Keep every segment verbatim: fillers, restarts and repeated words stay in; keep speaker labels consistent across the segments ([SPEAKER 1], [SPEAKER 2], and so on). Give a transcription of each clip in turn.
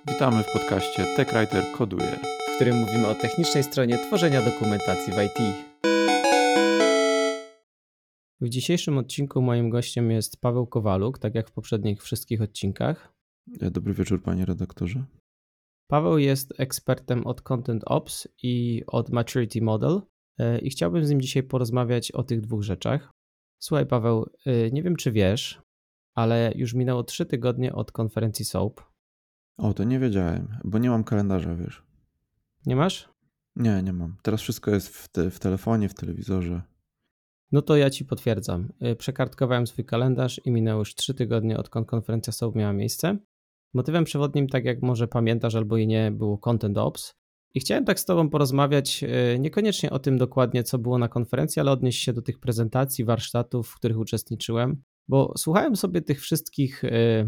[SPEAKER 1] Witamy w podcaście TechWriter Koduje,
[SPEAKER 2] w którym mówimy o technicznej stronie tworzenia dokumentacji w I T. W dzisiejszym odcinku moim gościem jest Paweł Kowaluk, tak jak w poprzednich wszystkich odcinkach.
[SPEAKER 1] Dobry wieczór, panie redaktorze.
[SPEAKER 2] Paweł jest ekspertem od Content Ops i od Maturity Model i chciałbym z nim dzisiaj porozmawiać o tych dwóch rzeczach. Słuchaj, Paweł, nie wiem czy wiesz, ale już minęło trzy tygodnie od konferencji SOAP.
[SPEAKER 1] O, to nie wiedziałem, bo nie mam kalendarza, wiesz.
[SPEAKER 2] Nie masz?
[SPEAKER 1] Nie, nie mam. Teraz wszystko jest w, te, w telefonie, w telewizorze.
[SPEAKER 2] No to ja ci potwierdzam. Przekartkowałem swój kalendarz i minęło już trzy tygodnie, odkąd konferencja SOAP miała miejsce. Motywem przewodnim, tak jak może pamiętasz albo i nie, było Content Ops. I chciałem tak z tobą porozmawiać niekoniecznie o tym dokładnie, co było na konferencji, ale odnieść się do tych prezentacji, warsztatów, w których uczestniczyłem, bo słuchałem sobie tych wszystkich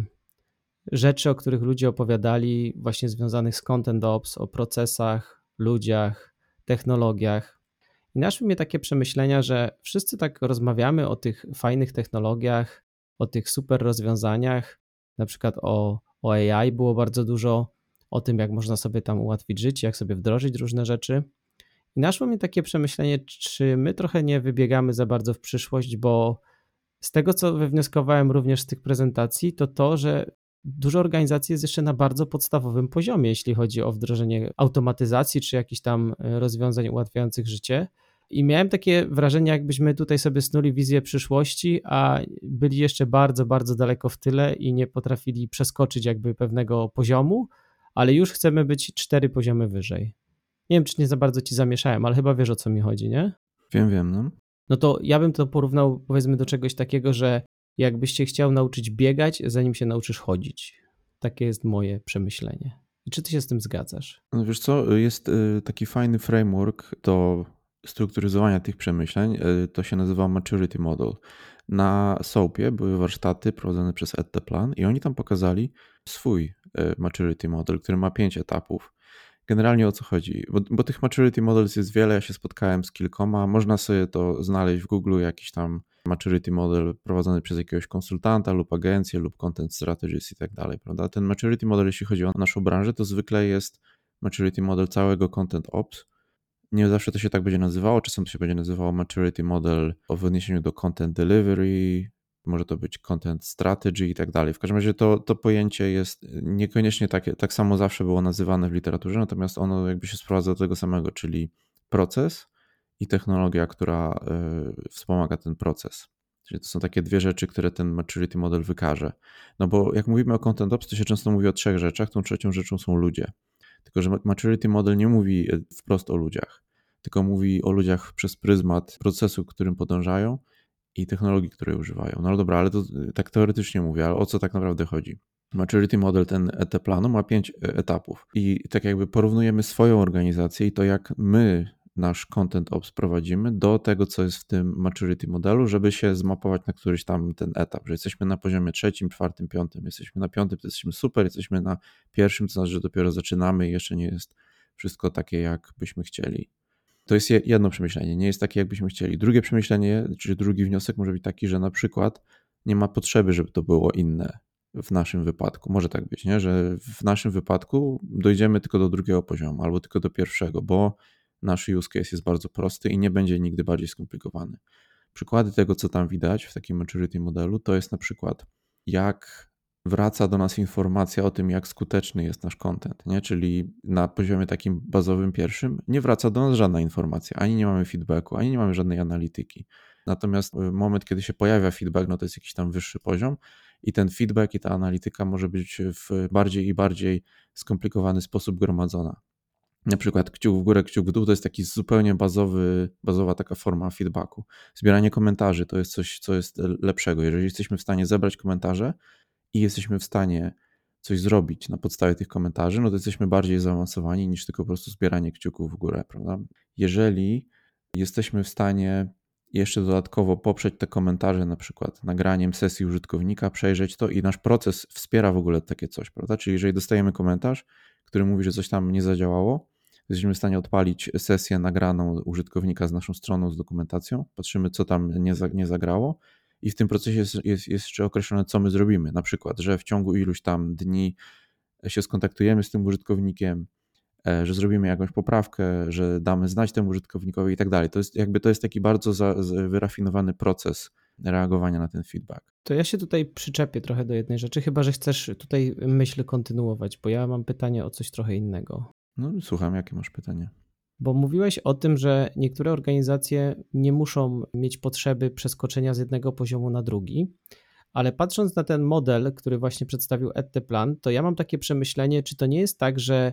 [SPEAKER 2] rzeczy, o których ludzie opowiadali, właśnie związanych z Content Ops, o procesach, ludziach, technologiach. I naszły mnie takie przemyślenia, że wszyscy tak rozmawiamy o tych fajnych technologiach, o tych super rozwiązaniach, na przykład o, o A I było bardzo dużo, o tym jak można sobie tam ułatwić życie, jak sobie wdrożyć różne rzeczy. I naszło mnie takie przemyślenie, czy my trochę nie wybiegamy za bardzo w przyszłość, bo z tego, co wywnioskowałem również z tych prezentacji, to to, że dużo organizacji jest jeszcze na bardzo podstawowym poziomie, jeśli chodzi o wdrożenie automatyzacji czy jakichś tam rozwiązań ułatwiających życie. I miałem takie wrażenie, jakbyśmy tutaj sobie snuli wizję przyszłości, a byli jeszcze bardzo, bardzo daleko w tyle i nie potrafili przeskoczyć jakby pewnego poziomu, ale już chcemy być cztery poziomy wyżej. Nie wiem, czy nie za bardzo ci zamieszałem, ale chyba wiesz, o co mi chodzi, nie?
[SPEAKER 1] Wiem, wiem, no.
[SPEAKER 2] No to ja bym to porównał, powiedzmy, do czegoś takiego, że jakbyś się chciał nauczyć biegać, zanim się nauczysz chodzić. Takie jest moje przemyślenie. I czy ty się z tym zgadzasz?
[SPEAKER 1] No wiesz co, jest taki fajny framework do strukturyzowania tych przemyśleń. To się nazywa Maturity Model. Na SOAPie były warsztaty prowadzone przez Etteplan i oni tam pokazali swój Maturity Model, który ma pięć etapów. Generalnie o co chodzi? Bo, bo tych maturity models jest wiele, ja się spotkałem z kilkoma. Można sobie to znaleźć w Google, jakiś tam maturity model prowadzony przez jakiegoś konsultanta lub agencję lub content strategist i tak dalej, prawda? Ten maturity model, jeśli chodzi o naszą branżę, to zwykle jest maturity model całego Content Ops. Nie zawsze to się tak będzie nazywało, czasem to się będzie nazywało maturity model w odniesieniu do content delivery, może to być content strategy i tak dalej. W każdym razie to, to pojęcie jest niekoniecznie takie, tak samo zawsze było nazywane w literaturze, natomiast ono jakby się sprowadza do tego samego, czyli proces i technologia, która y, wspomaga ten proces. Czyli to są takie dwie rzeczy, które ten maturity model wykaże. No bo jak mówimy o Content Ops, to się często mówi o trzech rzeczach. Tą trzecią rzeczą są ludzie. Tylko że maturity model nie mówi wprost o ludziach, tylko mówi o ludziach przez pryzmat procesu, którym podążają i technologii, której używają. No dobra, ale to tak teoretycznie mówię, ale o co tak naprawdę chodzi? Maturity Model, ten Etteplanu, ma pięć etapów i tak jakby porównujemy swoją organizację i to, jak my nasz Content Ops prowadzimy do tego, co jest w tym Maturity Modelu, żeby się zmapować na któryś tam ten etap, że jesteśmy na poziomie trzecim, czwartym, piątym, jesteśmy na piątym, to jesteśmy super, jesteśmy na pierwszym, to znaczy, że dopiero zaczynamy i jeszcze nie jest wszystko takie, jak byśmy chcieli. To jest jedno przemyślenie, nie jest takie, jakbyśmy chcieli. Drugie przemyślenie, czy drugi wniosek może być taki, że na przykład nie ma potrzeby, żeby to było inne w naszym wypadku. Może tak być, nie? Że w naszym wypadku dojdziemy tylko do drugiego poziomu albo tylko do pierwszego, bo nasz use case jest bardzo prosty i nie będzie nigdy bardziej skomplikowany. Przykłady tego, co tam widać w takim maturity modelu, to jest na przykład jak wraca do nas informacja o tym, jak skuteczny jest nasz content, nie? Czyli na poziomie takim bazowym pierwszym nie wraca do nas żadna informacja, ani nie mamy feedbacku, ani nie mamy żadnej analityki. Natomiast moment, kiedy się pojawia feedback, no to jest jakiś tam wyższy poziom i ten feedback i ta analityka może być w bardziej i bardziej skomplikowany sposób gromadzona. Na przykład kciuk w górę, kciuk w dół to jest taki zupełnie bazowy, bazowa taka forma feedbacku. Zbieranie komentarzy to jest coś, co jest lepszego. Jeżeli jesteśmy w stanie zebrać komentarze i jesteśmy w stanie coś zrobić na podstawie tych komentarzy, no to jesteśmy bardziej zaawansowani niż tylko po prostu zbieranie kciuków w górę, prawda? Jeżeli jesteśmy w stanie jeszcze dodatkowo poprzeć te komentarze, na przykład nagraniem sesji użytkownika, przejrzeć to i nasz proces wspiera w ogóle takie coś, prawda? Czyli jeżeli dostajemy komentarz, który mówi, że coś tam nie zadziałało, jesteśmy w stanie odpalić sesję nagraną użytkownika z naszą stroną, z dokumentacją, patrzymy, co tam nie, za, nie zagrało i w tym procesie jest, jest, jest jeszcze określone, co my zrobimy. Na przykład, że w ciągu iluś tam dni się skontaktujemy z tym użytkownikiem, że zrobimy jakąś poprawkę, że damy znać temu użytkownikowi i tak dalej. To jest jakby to jest taki bardzo za, wyrafinowany proces reagowania na ten feedback.
[SPEAKER 2] To ja się tutaj przyczepię trochę do jednej rzeczy, chyba że chcesz tutaj myśl kontynuować, bo ja mam pytanie o coś trochę innego.
[SPEAKER 1] No słucham, jakie masz pytanie?
[SPEAKER 2] Bo mówiłeś o tym, że niektóre organizacje nie muszą mieć potrzeby przeskoczenia z jednego poziomu na drugi, ale patrząc na ten model, który właśnie przedstawił Etteplan, to ja mam takie przemyślenie, czy to nie jest tak, że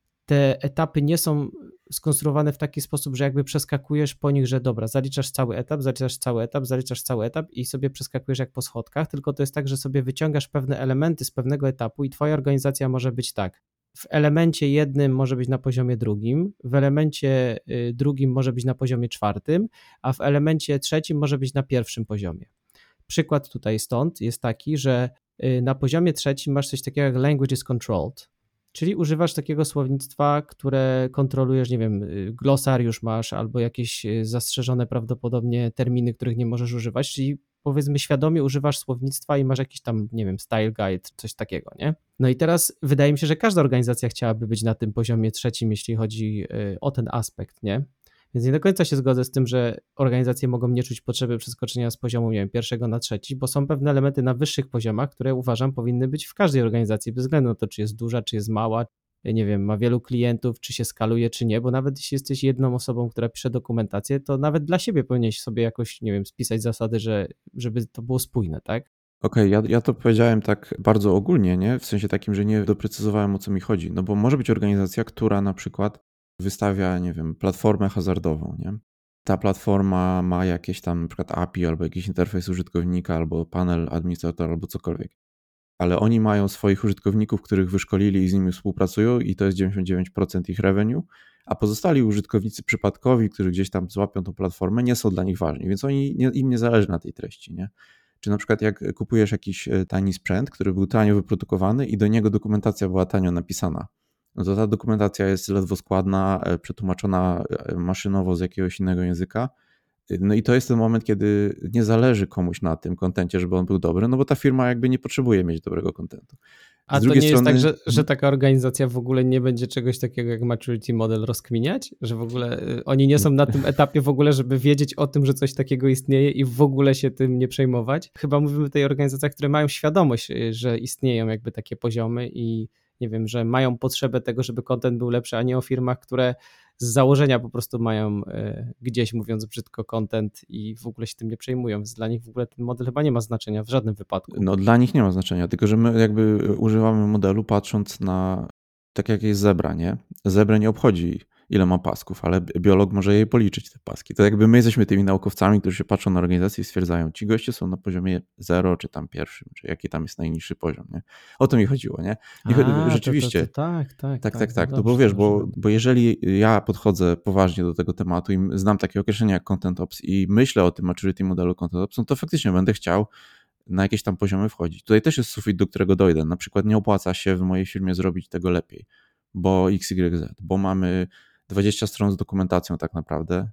[SPEAKER 2] te etapy nie są skonstruowane w taki sposób, że jakby przeskakujesz po nich, że dobra, zaliczasz cały etap, zaliczasz cały etap, zaliczasz cały etap i sobie przeskakujesz jak po schodkach, tylko to jest tak, że sobie wyciągasz pewne elementy z pewnego etapu i twoja organizacja może być tak. W elemencie jednym może być na poziomie drugim, w elemencie drugim może być na poziomie czwartym, a w elemencie trzecim może być na pierwszym poziomie. Przykład tutaj stąd jest taki, że na poziomie trzecim masz coś takiego jak language is controlled, czyli używasz takiego słownictwa, które kontrolujesz, nie wiem, glosariusz masz albo jakieś zastrzeżone prawdopodobnie terminy, których nie możesz używać, czyli powiedzmy świadomie używasz słownictwa i masz jakiś tam, nie wiem, style guide, coś takiego, nie? No i teraz wydaje mi się, że każda organizacja chciałaby być na tym poziomie trzecim, jeśli chodzi o ten aspekt, nie? Więc nie do końca się zgodzę z tym, że organizacje mogą nie czuć potrzeby przeskoczenia z poziomu, nie wiem, pierwszego na trzeci, bo są pewne elementy na wyższych poziomach, które uważam powinny być w każdej organizacji, bez względu na to, czy jest duża, czy jest mała, nie wiem, ma wielu klientów, czy się skaluje, czy nie, bo nawet jeśli jesteś jedną osobą, która pisze dokumentację, to nawet dla siebie powinieneś sobie jakoś, nie wiem, spisać zasady, że, żeby to było spójne, tak?
[SPEAKER 1] Okej, okay, ja, ja to powiedziałem tak bardzo ogólnie, nie? W sensie takim, że nie doprecyzowałem, o co mi chodzi. No bo może być organizacja, która na przykład wystawia, nie wiem, platformę hazardową, nie? Ta platforma ma jakieś tam na przykład A P I albo jakiś interfejs użytkownika albo panel administratora albo cokolwiek. Ale oni mają swoich użytkowników, których wyszkolili i z nimi współpracują i to jest dziewięćdziesiąt dziewięć procent ich revenue, a pozostali użytkownicy przypadkowi, którzy gdzieś tam złapią tą platformę, nie są dla nich ważni, więc oni, nie, im nie zależy na tej treści, nie? Czy na przykład jak kupujesz jakiś tani sprzęt, który był tanio wyprodukowany i do niego dokumentacja była tanio napisana, no to ta dokumentacja jest ledwo składna, przetłumaczona maszynowo z jakiegoś innego języka. No i to jest ten moment, kiedy nie zależy komuś na tym kontencie, żeby on był dobry, no bo ta firma jakby nie potrzebuje mieć dobrego kontentu.
[SPEAKER 2] A to nie strony... jest tak, że, że taka organizacja w ogóle nie będzie czegoś takiego jak maturity model rozkminiać? Że w ogóle oni nie są na tym etapie w ogóle, żeby wiedzieć o tym, że coś takiego istnieje i w ogóle się tym nie przejmować? Chyba mówimy tutaj o organizacjach, które mają świadomość, że istnieją jakby takie poziomy i nie wiem, że mają potrzebę tego, żeby content był lepszy, a nie o firmach, które z założenia po prostu mają gdzieś, mówiąc brzydko, content i w ogóle się tym nie przejmują. Więc dla nich w ogóle ten model chyba nie ma znaczenia w żadnym wypadku.
[SPEAKER 1] No dla nich nie ma znaczenia, tylko że my jakby używamy modelu patrząc na, tak jak jest zebra, nie? Zebrę nie obchodzi ile ma pasków, ale biolog może jej policzyć te paski. To jakby my jesteśmy tymi naukowcami, którzy się patrzą na organizację i stwierdzają, ci goście są na poziomie zero, czy tam pierwszym, czy jaki tam jest najniższy poziom, nie? O to mi chodziło, nie? nie
[SPEAKER 2] A,
[SPEAKER 1] rzeczywiście.
[SPEAKER 2] To, to, to, tak, tak,
[SPEAKER 1] tak, tak,
[SPEAKER 2] tak.
[SPEAKER 1] tak.
[SPEAKER 2] No
[SPEAKER 1] No
[SPEAKER 2] dobrze,
[SPEAKER 1] bo wiesz,
[SPEAKER 2] dobrze.
[SPEAKER 1] bo, bo jeżeli ja podchodzę poważnie do tego tematu i znam takie określenia jak Content Ops i myślę o tym maturity modelu Content Ops, no to faktycznie będę chciał na jakieś tam poziomy wchodzić. Tutaj też jest sufit, do którego dojdę. Na przykład nie opłaca się w mojej firmie zrobić tego lepiej, bo X Y Z, bo mamy dwadzieścia stron z dokumentacją tak naprawdę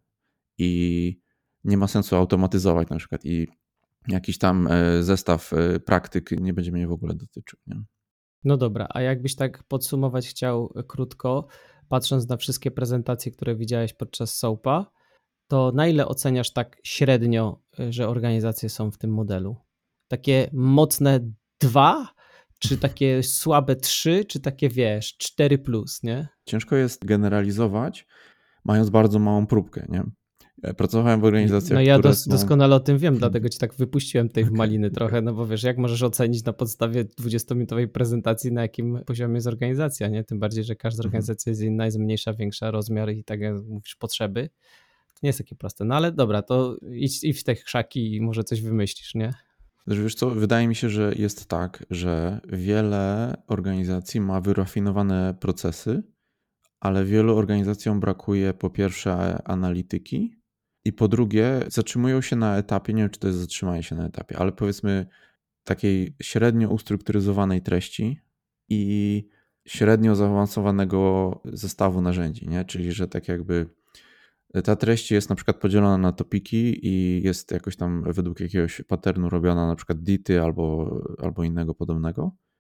[SPEAKER 1] i nie ma sensu automatyzować na przykład i jakiś tam zestaw praktyk nie będzie mnie w ogóle dotyczył. Nie?
[SPEAKER 2] No dobra, a jakbyś tak podsumować chciał krótko, patrząc na wszystkie prezentacje, które widziałeś podczas SOAP-a, to na ile oceniasz tak średnio, że organizacje są w tym modelu? Takie mocne dwa, czy takie słabe trzy, czy takie wiesz, cztery plus, nie?
[SPEAKER 1] Ciężko jest generalizować, mając bardzo małą próbkę, nie? Pracowałem w organizacjach,
[SPEAKER 2] No ja
[SPEAKER 1] które
[SPEAKER 2] dos,
[SPEAKER 1] są...
[SPEAKER 2] doskonale o tym wiem, dlatego ci tak wypuściłem tej okay, maliny okay. trochę, no bo wiesz, jak możesz ocenić na podstawie dwudziestominutowej prezentacji, na jakim poziomie jest organizacja, nie? Tym bardziej, że każda organizacja jest inna, jest mniejsza, większa, rozmiar i tak jak mówisz, potrzeby. To nie jest takie proste. No ale dobra, to idź, idź w te krzaki i może coś wymyślisz, nie?
[SPEAKER 1] Wiesz co, wydaje mi się, że jest tak, że wiele organizacji ma wyrafinowane procesy, ale wielu organizacjom brakuje po pierwsze analityki i po drugie zatrzymują się na etapie, nie wiem czy to jest zatrzymanie się na etapie, ale powiedzmy takiej średnio ustrukturyzowanej treści i średnio zaawansowanego zestawu narzędzi, nie? Czyli że tak jakby ta treść jest na przykład podzielona na topiki i jest jakoś tam według jakiegoś patternu robiona na przykład dity albo, albo innego podobnego,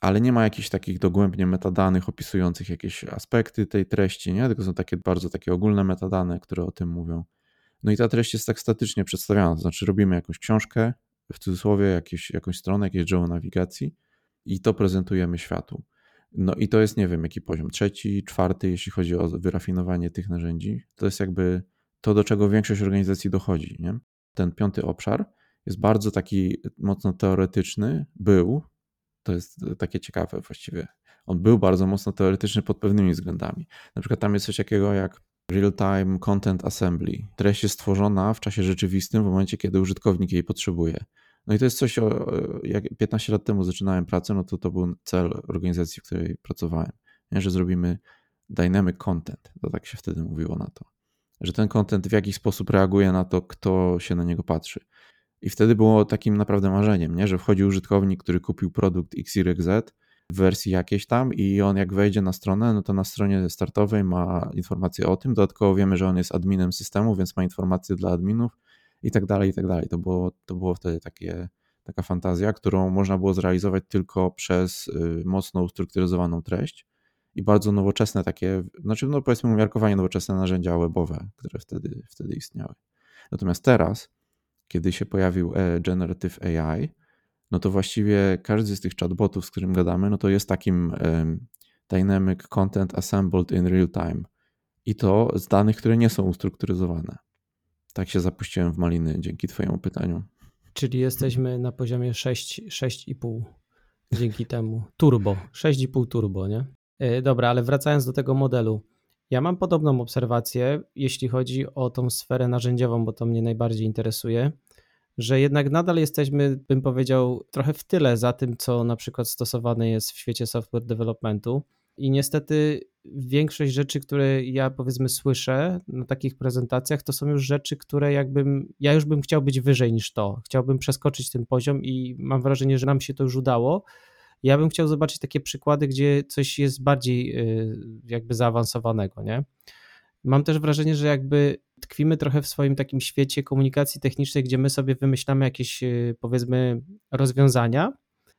[SPEAKER 1] ale nie ma jakichś takich dogłębnie metadanych opisujących jakieś aspekty tej treści, nie? Tylko są takie bardzo takie ogólne metadane, które o tym mówią. No i ta treść jest tak statycznie przedstawiana, to znaczy robimy jakąś książkę, w cudzysłowie jakieś, jakąś stronę, jakieś drzewo nawigacji i to prezentujemy światu. No i to jest, nie wiem, jaki poziom, trzeci, czwarty, jeśli chodzi o wyrafinowanie tych narzędzi. To jest jakby to, do czego większość organizacji dochodzi, nie? Ten piąty obszar jest bardzo taki mocno teoretyczny, był, to jest takie ciekawe właściwie, on był bardzo mocno teoretyczny pod pewnymi względami. Na przykład tam jest coś takiego jak Real-Time Content Assembly. Treść jest stworzona w czasie rzeczywistym w momencie, kiedy użytkownik jej potrzebuje. No i to jest coś, o, jak piętnaście lat temu zaczynałem pracę, no to to był cel organizacji, w której pracowałem, nie? Że zrobimy dynamic content, to tak się wtedy mówiło na to, że ten content w jakiś sposób reaguje na to, kto się na niego patrzy. I wtedy było takim naprawdę marzeniem, nie? Że wchodzi użytkownik, który kupił produkt X Y Z w wersji jakiejś tam i on jak wejdzie na stronę, no to na stronie startowej ma informacje o tym, dodatkowo wiemy, że on jest adminem systemu, więc ma informacje dla adminów i tak dalej, i tak dalej. To było, to było wtedy takie, taka fantazja, którą można było zrealizować tylko przez y, mocno ustrukturyzowaną treść i bardzo nowoczesne takie, znaczy no powiedzmy umiarkowanie nowoczesne narzędzia webowe, które wtedy, wtedy istniały. Natomiast teraz, kiedy się pojawił Generative A I, no to właściwie każdy z tych chatbotów, z którym gadamy, no to jest takim um, dynamic content assembled in real time. I to z danych, które nie są ustrukturyzowane. Tak się zapuściłem w maliny dzięki twojemu pytaniu.
[SPEAKER 2] Czyli jesteśmy na poziomie sześć, sześć i pół dzięki temu. Turbo, sześć i pół turbo, nie? Yy, dobra, ale wracając do tego modelu. Ja mam podobną obserwację, jeśli chodzi o tą sferę narzędziową, bo to mnie najbardziej interesuje, że jednak nadal jesteśmy, bym powiedział, trochę w tyle za tym, co na przykład stosowane jest w świecie software developmentu i niestety większość rzeczy, które ja powiedzmy słyszę na takich prezentacjach, to są już rzeczy, które jakbym, ja już bym chciał być wyżej niż to, chciałbym przeskoczyć ten poziom i mam wrażenie, że nam się to już udało. Ja bym chciał zobaczyć takie przykłady, gdzie coś jest bardziej jakby zaawansowanego, nie? Mam też wrażenie, że jakby tkwimy trochę w swoim takim świecie komunikacji technicznej, gdzie my sobie wymyślamy jakieś powiedzmy rozwiązania,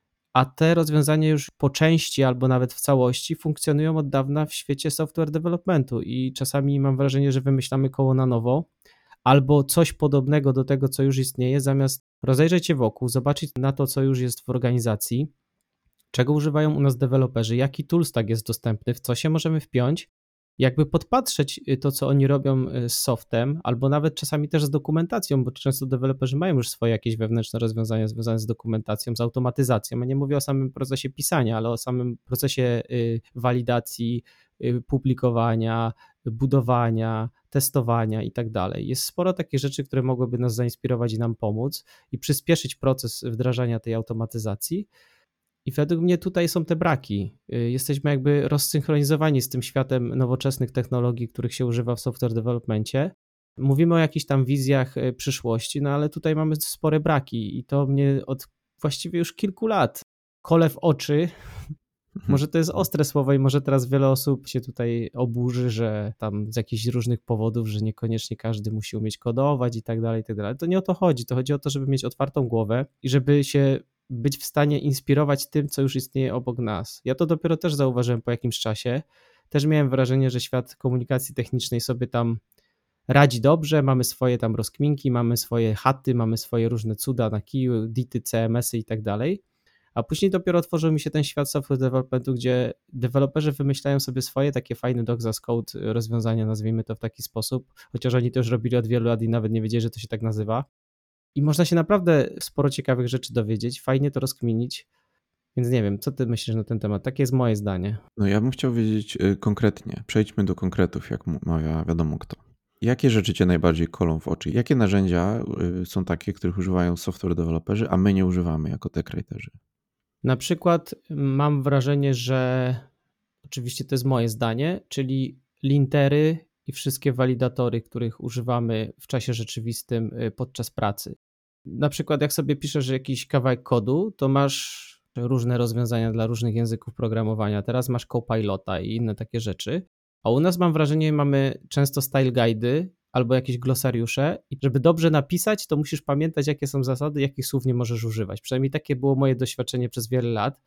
[SPEAKER 2] a te rozwiązania już po części albo nawet w całości funkcjonują od dawna w świecie software developmentu i czasami mam wrażenie, że wymyślamy koło na nowo albo coś podobnego do tego, co już istnieje, zamiast rozejrzeć się wokół, zobaczyć na to, co już jest w organizacji, czego używają u nas deweloperzy, jaki toolstack jest dostępny, w co się możemy wpiąć, jakby podpatrzeć to, co oni robią z softem, albo nawet czasami też z dokumentacją, bo często deweloperzy mają już swoje jakieś wewnętrzne rozwiązania związane z dokumentacją, z automatyzacją. Ja nie mówię o samym procesie pisania, ale o samym procesie walidacji, publikowania, budowania, testowania i tak dalej. Jest sporo takich rzeczy, które mogłyby nas zainspirować i nam pomóc i przyspieszyć proces wdrażania tej automatyzacji. I według mnie tutaj są te braki. Jesteśmy jakby rozsynchronizowani z tym światem nowoczesnych technologii, których się używa w software developmencie. Mówimy o jakichś tam wizjach przyszłości, no ale tutaj mamy spore braki i to mnie od właściwie już kilku lat kole w oczy. Może to jest ostre słowo i może teraz wiele osób się tutaj oburzy, że tam z jakichś różnych powodów, że niekoniecznie każdy musi umieć kodować i tak dalej, i tak dalej. To nie o to chodzi. To chodzi o to, żeby mieć otwartą głowę i żeby się być w stanie inspirować tym, co już istnieje obok nas. Ja to dopiero też zauważyłem po jakimś czasie. Też miałem wrażenie, że świat komunikacji technicznej sobie tam radzi dobrze, mamy swoje tam rozkminki, mamy swoje chaty, mamy swoje różne cuda na kiju, dity, C M S y i tak dalej. A później dopiero otworzył mi się ten świat software developmentu, gdzie deweloperzy wymyślają sobie swoje takie fajne docs as code rozwiązania, nazwijmy to w taki sposób, chociaż oni to już robili od wielu lat i nawet nie wiedzieli, że to się tak nazywa. I można się naprawdę sporo ciekawych rzeczy dowiedzieć, fajnie to rozkminić, więc nie wiem, co ty myślisz na ten temat? Takie jest moje zdanie.
[SPEAKER 1] No ja bym chciał wiedzieć konkretnie, przejdźmy do konkretów, jak mawia wiadomo kto. Jakie rzeczy cię najbardziej kolą w oczy? Jakie narzędzia są takie, których używają software deweloperzy, a my nie używamy jako tech writerzy?
[SPEAKER 2] Na przykład mam wrażenie, że oczywiście to jest moje zdanie, czyli lintery i wszystkie walidatory, których używamy w czasie rzeczywistym podczas pracy. Na przykład jak sobie piszesz jakiś kawałek kodu, to masz różne rozwiązania dla różnych języków programowania. Teraz masz Copilota i inne takie rzeczy. A u nas mam wrażenie, mamy często style guide'y albo jakieś glosariusze i żeby dobrze napisać, to musisz pamiętać, jakie są zasady, jakich słów nie możesz używać. Przynajmniej takie było moje doświadczenie przez wiele lat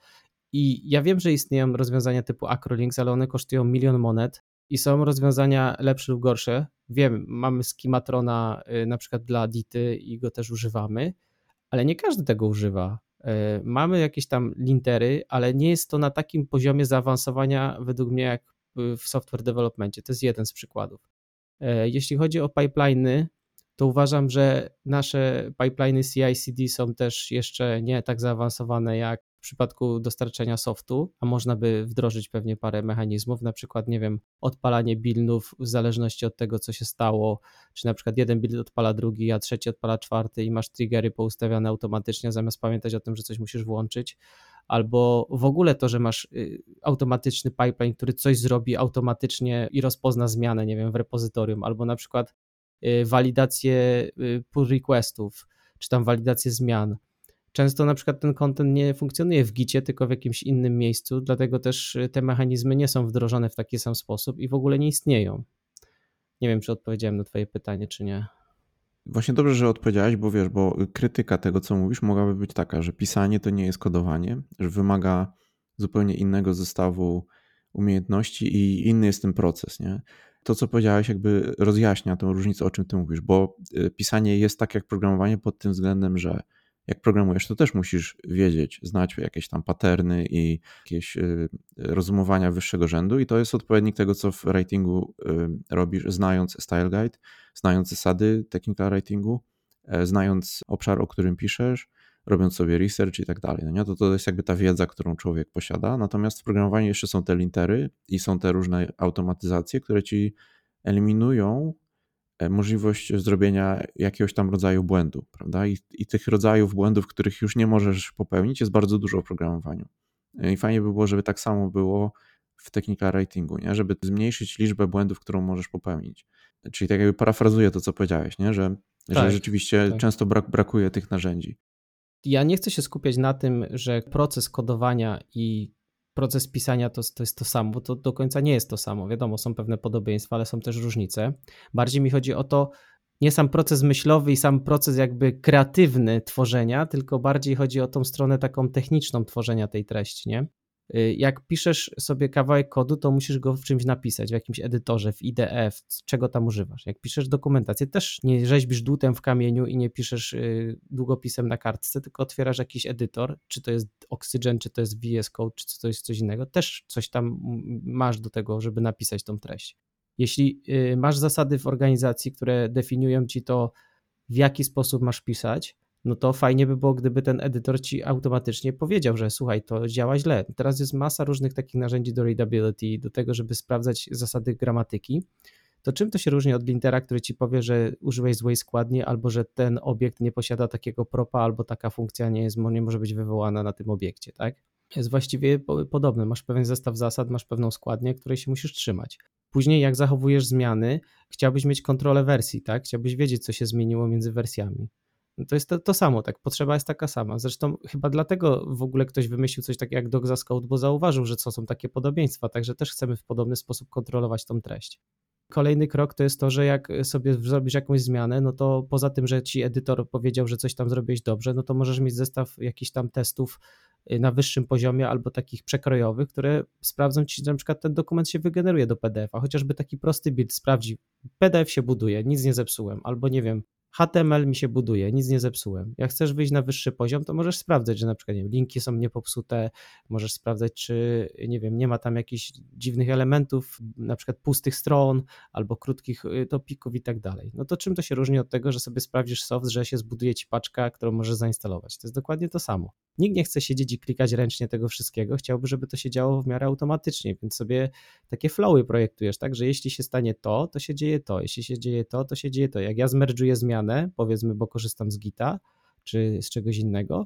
[SPEAKER 2] I ja wiem, że istnieją rozwiązania typu Acrolinks, ale one kosztują milion monet i są rozwiązania lepsze lub gorsze. Wiem, mamy Skimatrona y, na przykład dla Dity i go też używamy, ale nie każdy tego używa. Y, Mamy jakieś tam lintery, ale nie jest to na takim poziomie zaawansowania według mnie jak y, w software developmentie. To jest jeden z przykładów. Y, Jeśli chodzi o pipeliny, to uważam, że nasze pipeliny C I C D są też jeszcze nie tak zaawansowane jak w przypadku dostarczania softu, a można by wdrożyć pewnie parę mechanizmów, na przykład, nie wiem, odpalanie buildów w zależności od tego, co się stało, czy na przykład jeden build odpala drugi, a trzeci odpala czwarty i masz triggery poustawiane automatycznie, zamiast pamiętać o tym, że coś musisz włączyć, albo w ogóle to, że masz y, automatyczny pipeline, który coś zrobi automatycznie i rozpozna zmianę, nie wiem, w repozytorium, albo na przykład y, walidację y, pull requestów, czy tam walidację zmian. Często na przykład ten content nie funkcjonuje w gicie, tylko w jakimś innym miejscu, dlatego też te mechanizmy nie są wdrożone w taki sam sposób i w ogóle nie istnieją. Nie wiem, czy odpowiedziałem na twoje pytanie, czy nie.
[SPEAKER 1] Właśnie dobrze, że odpowiedziałeś, bo wiesz, bo krytyka tego, co mówisz, mogłaby być taka, że pisanie to nie jest kodowanie, że wymaga zupełnie innego zestawu umiejętności i inny jest ten proces, nie? To, co powiedziałeś, jakby rozjaśnia tę różnicę, o czym ty mówisz, bo y, pisanie jest tak jak programowanie pod tym względem, że jak programujesz, to też musisz wiedzieć, znać jakieś tam paterny i jakieś y, rozumowania wyższego rzędu i to jest odpowiednik tego, co w writingu y, robisz, znając style guide, znając zasady technical writingu, e, znając obszar, o którym piszesz, robiąc sobie research i tak dalej. No nie? To, to jest jakby ta wiedza, którą człowiek posiada. Natomiast w programowaniu jeszcze są te lintery i są te różne automatyzacje, które ci eliminują e, możliwość zrobienia jakiegoś tam rodzaju błędu, prawda? I, i tych rodzajów błędów, których już nie możesz popełnić, jest bardzo dużo w programowaniu. I fajnie by było, żeby tak samo było w technical writingu, nie? Żeby zmniejszyć liczbę błędów, którą możesz popełnić. Czyli tak jakby parafrazuję to, co powiedziałeś, nie? Że, że
[SPEAKER 2] Tak,
[SPEAKER 1] rzeczywiście
[SPEAKER 2] tak.
[SPEAKER 1] często brak, brakuje tych narzędzi.
[SPEAKER 2] Ja nie chcę się skupiać na tym, że proces kodowania i proces pisania to, to jest to samo, bo to do końca nie jest to samo. Wiadomo, są pewne podobieństwa, ale są też różnice. Bardziej mi chodzi o to, nie sam proces myślowy i sam proces jakby kreatywny tworzenia, tylko bardziej chodzi o tą stronę taką techniczną tworzenia tej treści, nie? Jak piszesz sobie kawałek kodu, to musisz go w czymś napisać, w jakimś edytorze, w I D E, w czego tam używasz. Jak piszesz dokumentację, też nie rzeźbisz dłutem w kamieniu i nie piszesz długopisem na kartce, tylko otwierasz jakiś edytor, czy to jest Oxygen, czy to jest V S Code, czy to jest coś innego. Też coś tam masz do tego, żeby napisać tą treść. Jeśli masz zasady w organizacji, które definiują ci to, w jaki sposób masz pisać, no to fajnie by było, gdyby ten edytor ci automatycznie powiedział, że słuchaj, to działa źle. Teraz jest masa różnych takich narzędzi do readability, do tego, żeby sprawdzać zasady gramatyki. To czym to się różni od lintera, który ci powie, że użyłeś złej składni, albo że ten obiekt nie posiada takiego propa, albo taka funkcja nie, jest, nie może być wywołana na tym obiekcie, tak? Jest właściwie podobne. Masz pewien zestaw zasad, masz pewną składnię, której się musisz trzymać. Później jak zachowujesz zmiany, chciałbyś mieć kontrolę wersji, tak? Chciałbyś wiedzieć, co się zmieniło między wersjami. No to jest to, to samo, tak, potrzeba jest taka sama. Zresztą chyba dlatego w ogóle ktoś wymyślił coś takiego jak Doxas Code, bo zauważył, że co są takie podobieństwa, także też chcemy w podobny sposób kontrolować tą treść. Kolejny krok to jest to, że jak sobie zrobisz jakąś zmianę, no to poza tym, że ci edytor powiedział, że coś tam zrobiłeś dobrze, no to możesz mieć zestaw jakichś tam testów na wyższym poziomie albo takich przekrojowych, które sprawdzą ci, że na przykład ten dokument się wygeneruje do P D F a, chociażby taki prosty build sprawdzi, P D F się buduje, nic nie zepsułem, albo nie wiem, H T M L mi się buduje, nic nie zepsułem. Jak chcesz wyjść na wyższy poziom, to możesz sprawdzać, że na przykład nie wiem, linki są niepopsute, możesz sprawdzać, czy nie wiem, nie ma tam jakichś dziwnych elementów, na przykład pustych stron albo krótkich topików i tak dalej. No to czym to się różni od tego, że sobie sprawdzisz soft, że się zbuduje ci paczka, którą możesz zainstalować? To jest dokładnie to samo. Nikt nie chce siedzieć i klikać ręcznie tego wszystkiego, chciałby, żeby to się działo w miarę automatycznie, więc sobie takie flowy projektujesz, tak, że jeśli się stanie to, to się dzieje to, jeśli się dzieje to, to się dzieje to. Jak ja zmerdżuję zmianę, powiedzmy, bo korzystam z Gita, czy z czegoś innego,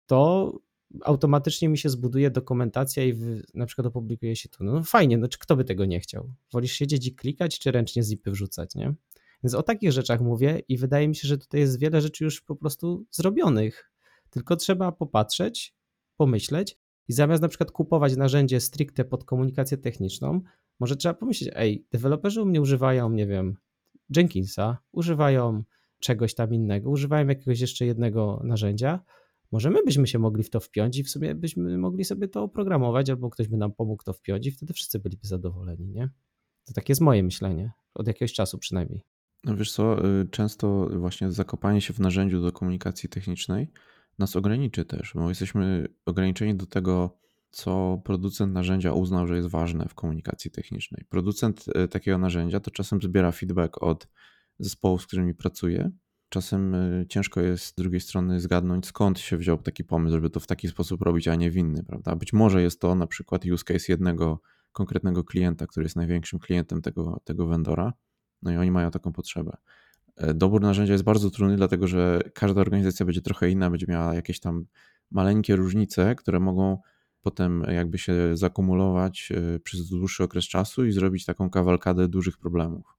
[SPEAKER 2] to automatycznie mi się zbuduje dokumentacja i w, na przykład opublikuje się tu. No fajnie, no czy kto by tego nie chciał? Wolisz siedzieć i klikać, czy ręcznie zipy wrzucać, nie? Więc o takich rzeczach mówię i wydaje mi się, że tutaj jest wiele rzeczy już po prostu zrobionych, tylko trzeba popatrzeć, pomyśleć i zamiast na przykład kupować narzędzie stricte pod komunikację techniczną, może trzeba pomyśleć, ej, deweloperzy u mnie używają, nie wiem, Jenkinsa, używają czegoś tam innego, używają jakiegoś jeszcze jednego narzędzia, Może my byśmy się mogli w to wpiąć i w sumie byśmy mogli sobie to oprogramować, albo ktoś by nam pomógł to wpiąć i wtedy wszyscy byliby zadowoleni, nie? To takie jest moje myślenie, od jakiegoś czasu przynajmniej.
[SPEAKER 1] No wiesz co, y, często właśnie zakopanie się w narzędziu do komunikacji technicznej nas ograniczy też, bo jesteśmy ograniczeni do tego, co producent narzędzia uznał, że jest ważne w komunikacji technicznej. Producent y, takiego narzędzia to czasem zbiera feedback od zespołów, z którymi pracuje. Czasem y, ciężko jest z drugiej strony zgadnąć, skąd się wziął taki pomysł, żeby to w taki sposób robić, a nie w inny, prawda? Być może jest to na przykład use case jednego konkretnego klienta, który jest największym klientem tego, tego vendora. No i oni mają taką potrzebę. Dobór narzędzia jest bardzo trudny, dlatego że każda organizacja będzie trochę inna, będzie miała jakieś tam maleńkie różnice, które mogą potem jakby się zakumulować przez dłuższy okres czasu i zrobić taką kawalkadę dużych problemów.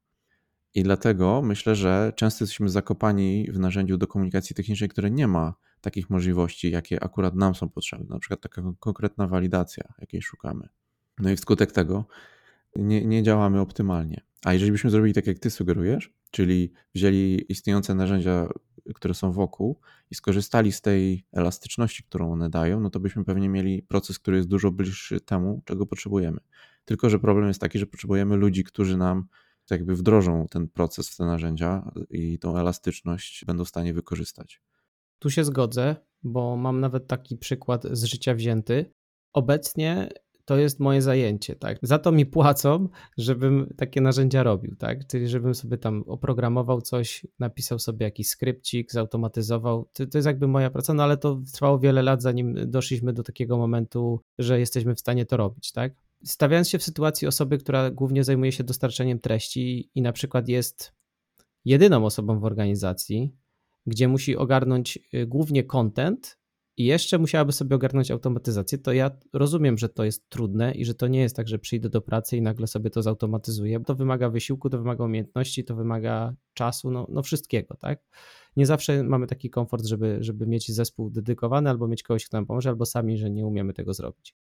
[SPEAKER 1] I dlatego myślę, że często jesteśmy zakopani w narzędziu do komunikacji technicznej, które nie ma takich możliwości, jakie akurat nam są potrzebne. Na przykład taka konkretna walidacja, jakiej szukamy. No i wskutek tego nie, nie działamy optymalnie. A jeżeli byśmy zrobili tak, jak ty sugerujesz, czyli wzięli istniejące narzędzia, które są wokół i skorzystali z tej elastyczności, którą one dają, no to byśmy pewnie mieli proces, który jest dużo bliższy temu, czego potrzebujemy. Tylko że problem jest taki, że potrzebujemy ludzi, którzy nam jakby wdrożą ten proces w te narzędzia i tą elastyczność będą w stanie wykorzystać.
[SPEAKER 2] Tu się zgodzę, bo mam nawet taki przykład z życia wzięty. Obecnie to jest moje zajęcie, tak? Za to mi płacą, żebym takie narzędzia robił, tak? Czyli żebym sobie tam oprogramował coś, napisał sobie jakiś skrypcik, zautomatyzował. To, to jest jakby moja praca, no ale to trwało wiele lat, zanim doszliśmy do takiego momentu, że jesteśmy w stanie to robić, tak? Stawiając się w sytuacji osoby, która głównie zajmuje się dostarczaniem treści i na przykład jest jedyną osobą w organizacji, gdzie musi ogarnąć głównie content i jeszcze musiałaby sobie ogarnąć automatyzację, to ja rozumiem, że to jest trudne i że to nie jest tak, że przyjdę do pracy i nagle sobie to zautomatyzuję. To wymaga wysiłku, to wymaga umiejętności, to wymaga czasu, no, no wszystkiego, tak? Nie zawsze mamy taki komfort, żeby, żeby mieć zespół dedykowany albo mieć kogoś, kto nam pomoże, albo sami, że nie umiemy tego zrobić.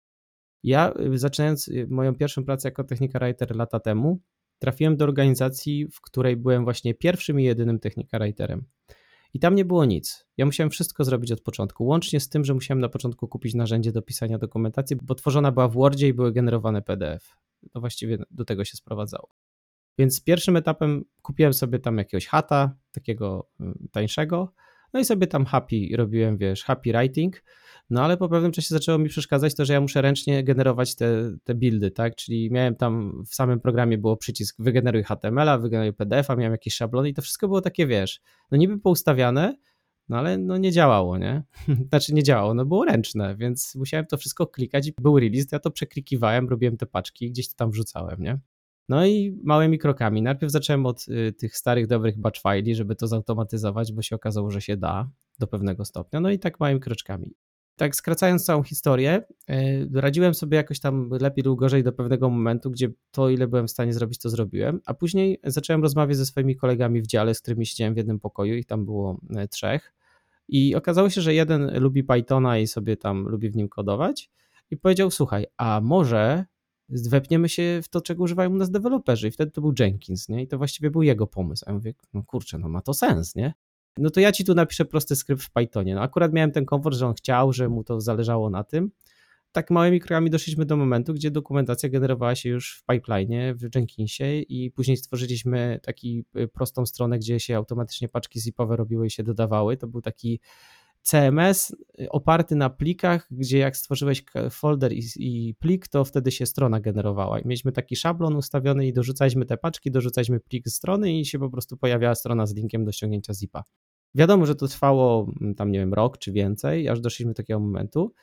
[SPEAKER 2] Ja zaczynając moją pierwszą pracę jako technika writer lata temu, trafiłem do organizacji, w której byłem właśnie pierwszym i jedynym technika writerem. I tam nie było nic. Ja musiałem wszystko zrobić od początku, łącznie z tym, że musiałem na początku kupić narzędzie do pisania dokumentacji, bo tworzona była w Wordzie i były generowane P D F. To właściwie do tego się sprowadzało. Więc pierwszym etapem kupiłem sobie tam jakiegoś hata, takiego tańszego, no i sobie tam happy robiłem, wiesz, happy writing, no ale po pewnym czasie zaczęło mi przeszkadzać to, że ja muszę ręcznie generować te, te buildy, tak, czyli miałem tam w samym programie było przycisk wygeneruj H T M L a, wygeneruj P D F a, miałem jakieś szablony i to wszystko było takie, wiesz, no niby poustawiane, no ale no nie działało, nie? Znaczy nie działało, no było ręczne, więc musiałem to wszystko klikać i był release, ja to przeklikiwałem, robiłem te paczki, gdzieś to tam wrzucałem, nie? No i małymi krokami. Najpierw zacząłem od y, tych starych, dobrych batch file'i, żeby to zautomatyzować, bo się okazało, że się da do pewnego stopnia. No i tak małymi kroczkami. Tak skracając całą historię, y, radziłem sobie jakoś tam lepiej lub gorzej do pewnego momentu, gdzie to, ile byłem w stanie zrobić, to zrobiłem. A później zacząłem rozmawiać ze swoimi kolegami w dziale, z którymi siedziałem w jednym pokoju, ich tam było y, trzech. I okazało się, że jeden lubi Pythona i sobie tam lubi w nim kodować. I powiedział, słuchaj, a może wepniemy się w to, czego używają u nas deweloperzy i wtedy to był Jenkins, nie? I to właściwie był jego pomysł. A ja mówię, no kurczę, no ma to sens, nie? No to ja ci tu napiszę prosty skrypt w Pythonie. No akurat miałem ten komfort, że on chciał, że mu to zależało na tym. Tak małymi krokami doszliśmy do momentu, gdzie dokumentacja generowała się już w pipeline'ie, w Jenkinsie i później stworzyliśmy taką prostą stronę, gdzie się automatycznie paczki zipowe robiły i się dodawały. To był taki C M S oparty na plikach, gdzie jak stworzyłeś folder i, i plik, to wtedy się strona generowała. I mieliśmy taki szablon ustawiony i dorzucaliśmy te paczki, dorzucaliśmy plik z strony i się po prostu pojawiała strona z linkiem do ściągnięcia zipa. Wiadomo, że to trwało tam, nie wiem, rok czy więcej, aż doszliśmy do takiego momentu,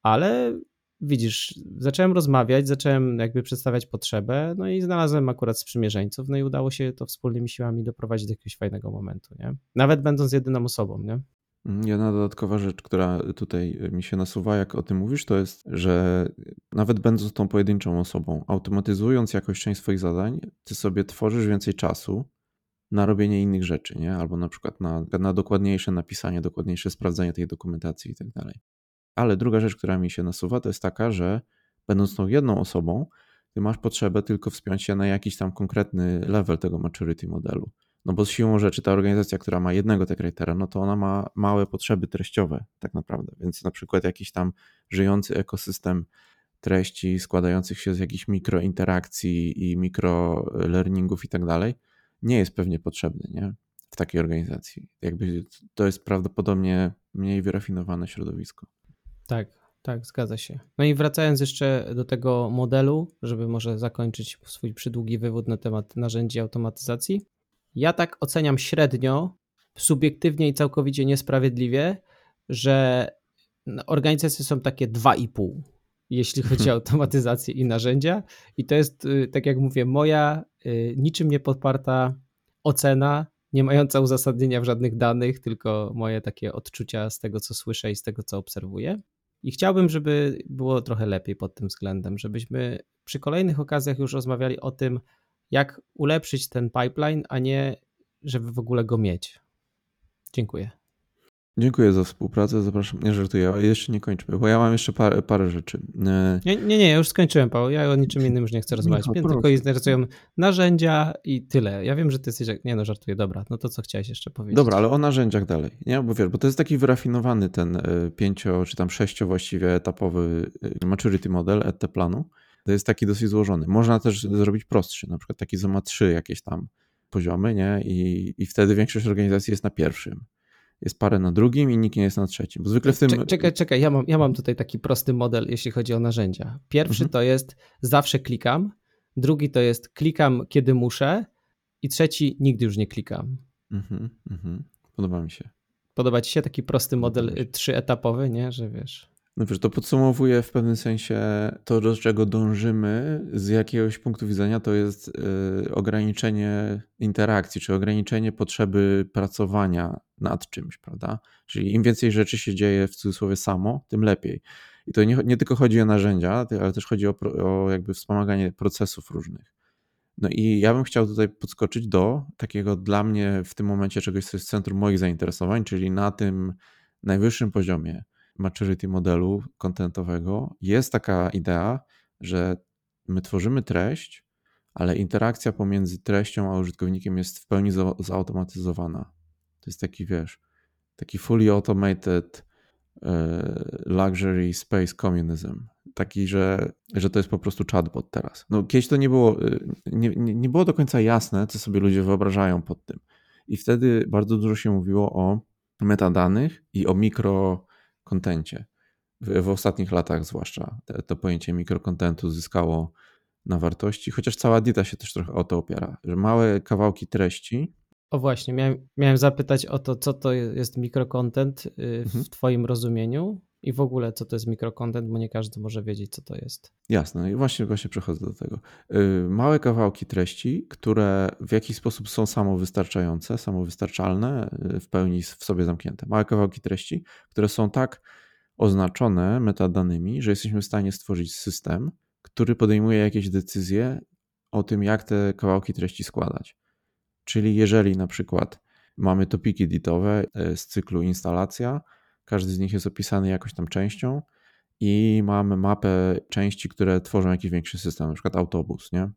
[SPEAKER 2] ale widzisz, zacząłem rozmawiać, zacząłem jakby przedstawiać potrzebę, no i znalazłem akurat sprzymierzeńców, no i udało się to wspólnymi siłami doprowadzić do jakiegoś fajnego momentu, nie? Nawet będąc jedyną osobą, nie?
[SPEAKER 1] Jedna dodatkowa rzecz, która tutaj mi się nasuwa, jak o tym mówisz, to jest, że nawet będąc tą pojedynczą osobą, automatyzując jakąś część swoich zadań, ty sobie tworzysz więcej czasu na robienie innych rzeczy, nie? Albo na przykład na, na dokładniejsze napisanie, dokładniejsze sprawdzenie tej dokumentacji i tak dalej. Ale druga rzecz, która mi się nasuwa, to jest taka, że będąc tą jedną osobą, ty masz potrzebę tylko wspiąć się na jakiś tam konkretny level tego maturity modelu. No bo z siłą rzeczy ta organizacja, która ma jednego tech writera, no to ona ma małe potrzeby treściowe tak naprawdę, więc na przykład jakiś tam żyjący ekosystem treści składających się z jakichś mikrointerakcji i mikrolearningów i tak dalej nie jest pewnie potrzebny, nie? W takiej organizacji. Jakby to jest prawdopodobnie mniej wyrafinowane środowisko.
[SPEAKER 2] Tak, tak, zgadza się. No i wracając jeszcze do tego modelu, żeby może zakończyć swój przydługi wywód na temat narzędzi automatyzacji. Ja tak oceniam średnio, subiektywnie i całkowicie niesprawiedliwie, że organizacje są takie dwa i pół, jeśli chodzi o automatyzację i narzędzia. I to jest, tak jak mówię, moja niczym nie podparta ocena, nie mająca uzasadnienia w żadnych danych, tylko moje takie odczucia z tego, co słyszę i z tego, co obserwuję. I chciałbym, żeby było trochę lepiej pod tym względem, żebyśmy przy kolejnych okazjach już rozmawiali o tym, jak ulepszyć ten pipeline, a nie żeby w ogóle go mieć. Dziękuję.
[SPEAKER 1] Dziękuję za współpracę, zapraszam. Nie żartuję, jeszcze nie kończmy, bo ja mam jeszcze parę, parę rzeczy.
[SPEAKER 2] Nie, nie, nie, ja już skończyłem, Paweł. Ja o niczym innym już nie chcę rozmawiać. Mnie tylko interesują narzędzia i tyle. Ja wiem, że ty jesteś... Nie no, żartuję, dobra. No to co chciałeś jeszcze powiedzieć?
[SPEAKER 1] Dobra, ale o narzędziach dalej. Nie, bo wiesz, bo to jest taki wyrafinowany ten pięcio, czy tam sześcio właściwie etapowy maturity model E T planu. To jest taki dosyć złożony. Można też zrobić prostszy, na przykład taki, co ma trzy jakieś tam poziomy, nie? I, i wtedy większość organizacji jest na pierwszym. Jest parę na drugim i nikt nie jest na trzecim. Bo zwykle w tym...
[SPEAKER 2] Czekaj, czekaj, ja mam, ja mam tutaj taki prosty model, jeśli chodzi o narzędzia. Pierwszy mhm. to jest zawsze klikam, drugi to jest klikam, kiedy muszę i trzeci nigdy już nie klikam.
[SPEAKER 1] Mhm, mhm. Podoba mi się.
[SPEAKER 2] Podoba ci się taki prosty model trzyetapowy, nie? Że wiesz...
[SPEAKER 1] No wiesz, to podsumowuje w pewnym sensie to, do czego dążymy z jakiegoś punktu widzenia, to jest yy, ograniczenie interakcji, czy ograniczenie potrzeby pracowania nad czymś, prawda? Czyli im więcej rzeczy się dzieje w cudzysłowie samo, tym lepiej. I to nie, nie tylko chodzi o narzędzia, ale też chodzi o, o jakby wspomaganie procesów różnych. No i ja bym chciał tutaj podskoczyć do takiego dla mnie w tym momencie czegoś, co jest w centrum moich zainteresowań, czyli na tym najwyższym poziomie maturity modelu kontentowego jest taka idea, że my tworzymy treść, ale interakcja pomiędzy treścią a użytkownikiem jest w pełni za- zautomatyzowana. To jest taki, wiesz, taki fully automated uh, luxury space communism. Taki, że, że to jest po prostu chatbot teraz. No kiedyś to nie było, nie, nie było do końca jasne, co sobie ludzie wyobrażają pod tym. I wtedy bardzo dużo się mówiło o metadanych i o mikro kontencie. W, w ostatnich latach zwłaszcza te, to pojęcie mikrokontentu zyskało na wartości, chociaż cała dieta się też trochę o to opiera, że małe kawałki treści.
[SPEAKER 2] O właśnie, miałem, miałem zapytać o to, co to jest mikrokontent w mhm. twoim rozumieniu i w ogóle co to jest mikrokontent, bo nie każdy może wiedzieć, co to jest.
[SPEAKER 1] Jasne, i właśnie, właśnie przechodzę do tego. Małe kawałki treści, które w jakiś sposób są samowystarczające, samowystarczalne, w pełni w sobie zamknięte. Małe kawałki treści, które są tak oznaczone metadanymi, że jesteśmy w stanie stworzyć system, który podejmuje jakieś decyzje o tym, jak te kawałki treści składać. Czyli jeżeli na przykład mamy topiki editowe z cyklu instalacja, każdy z nich jest opisany jakąś tam częścią i mamy mapę części, które tworzą jakiś większy system, na przykład autobus, nie?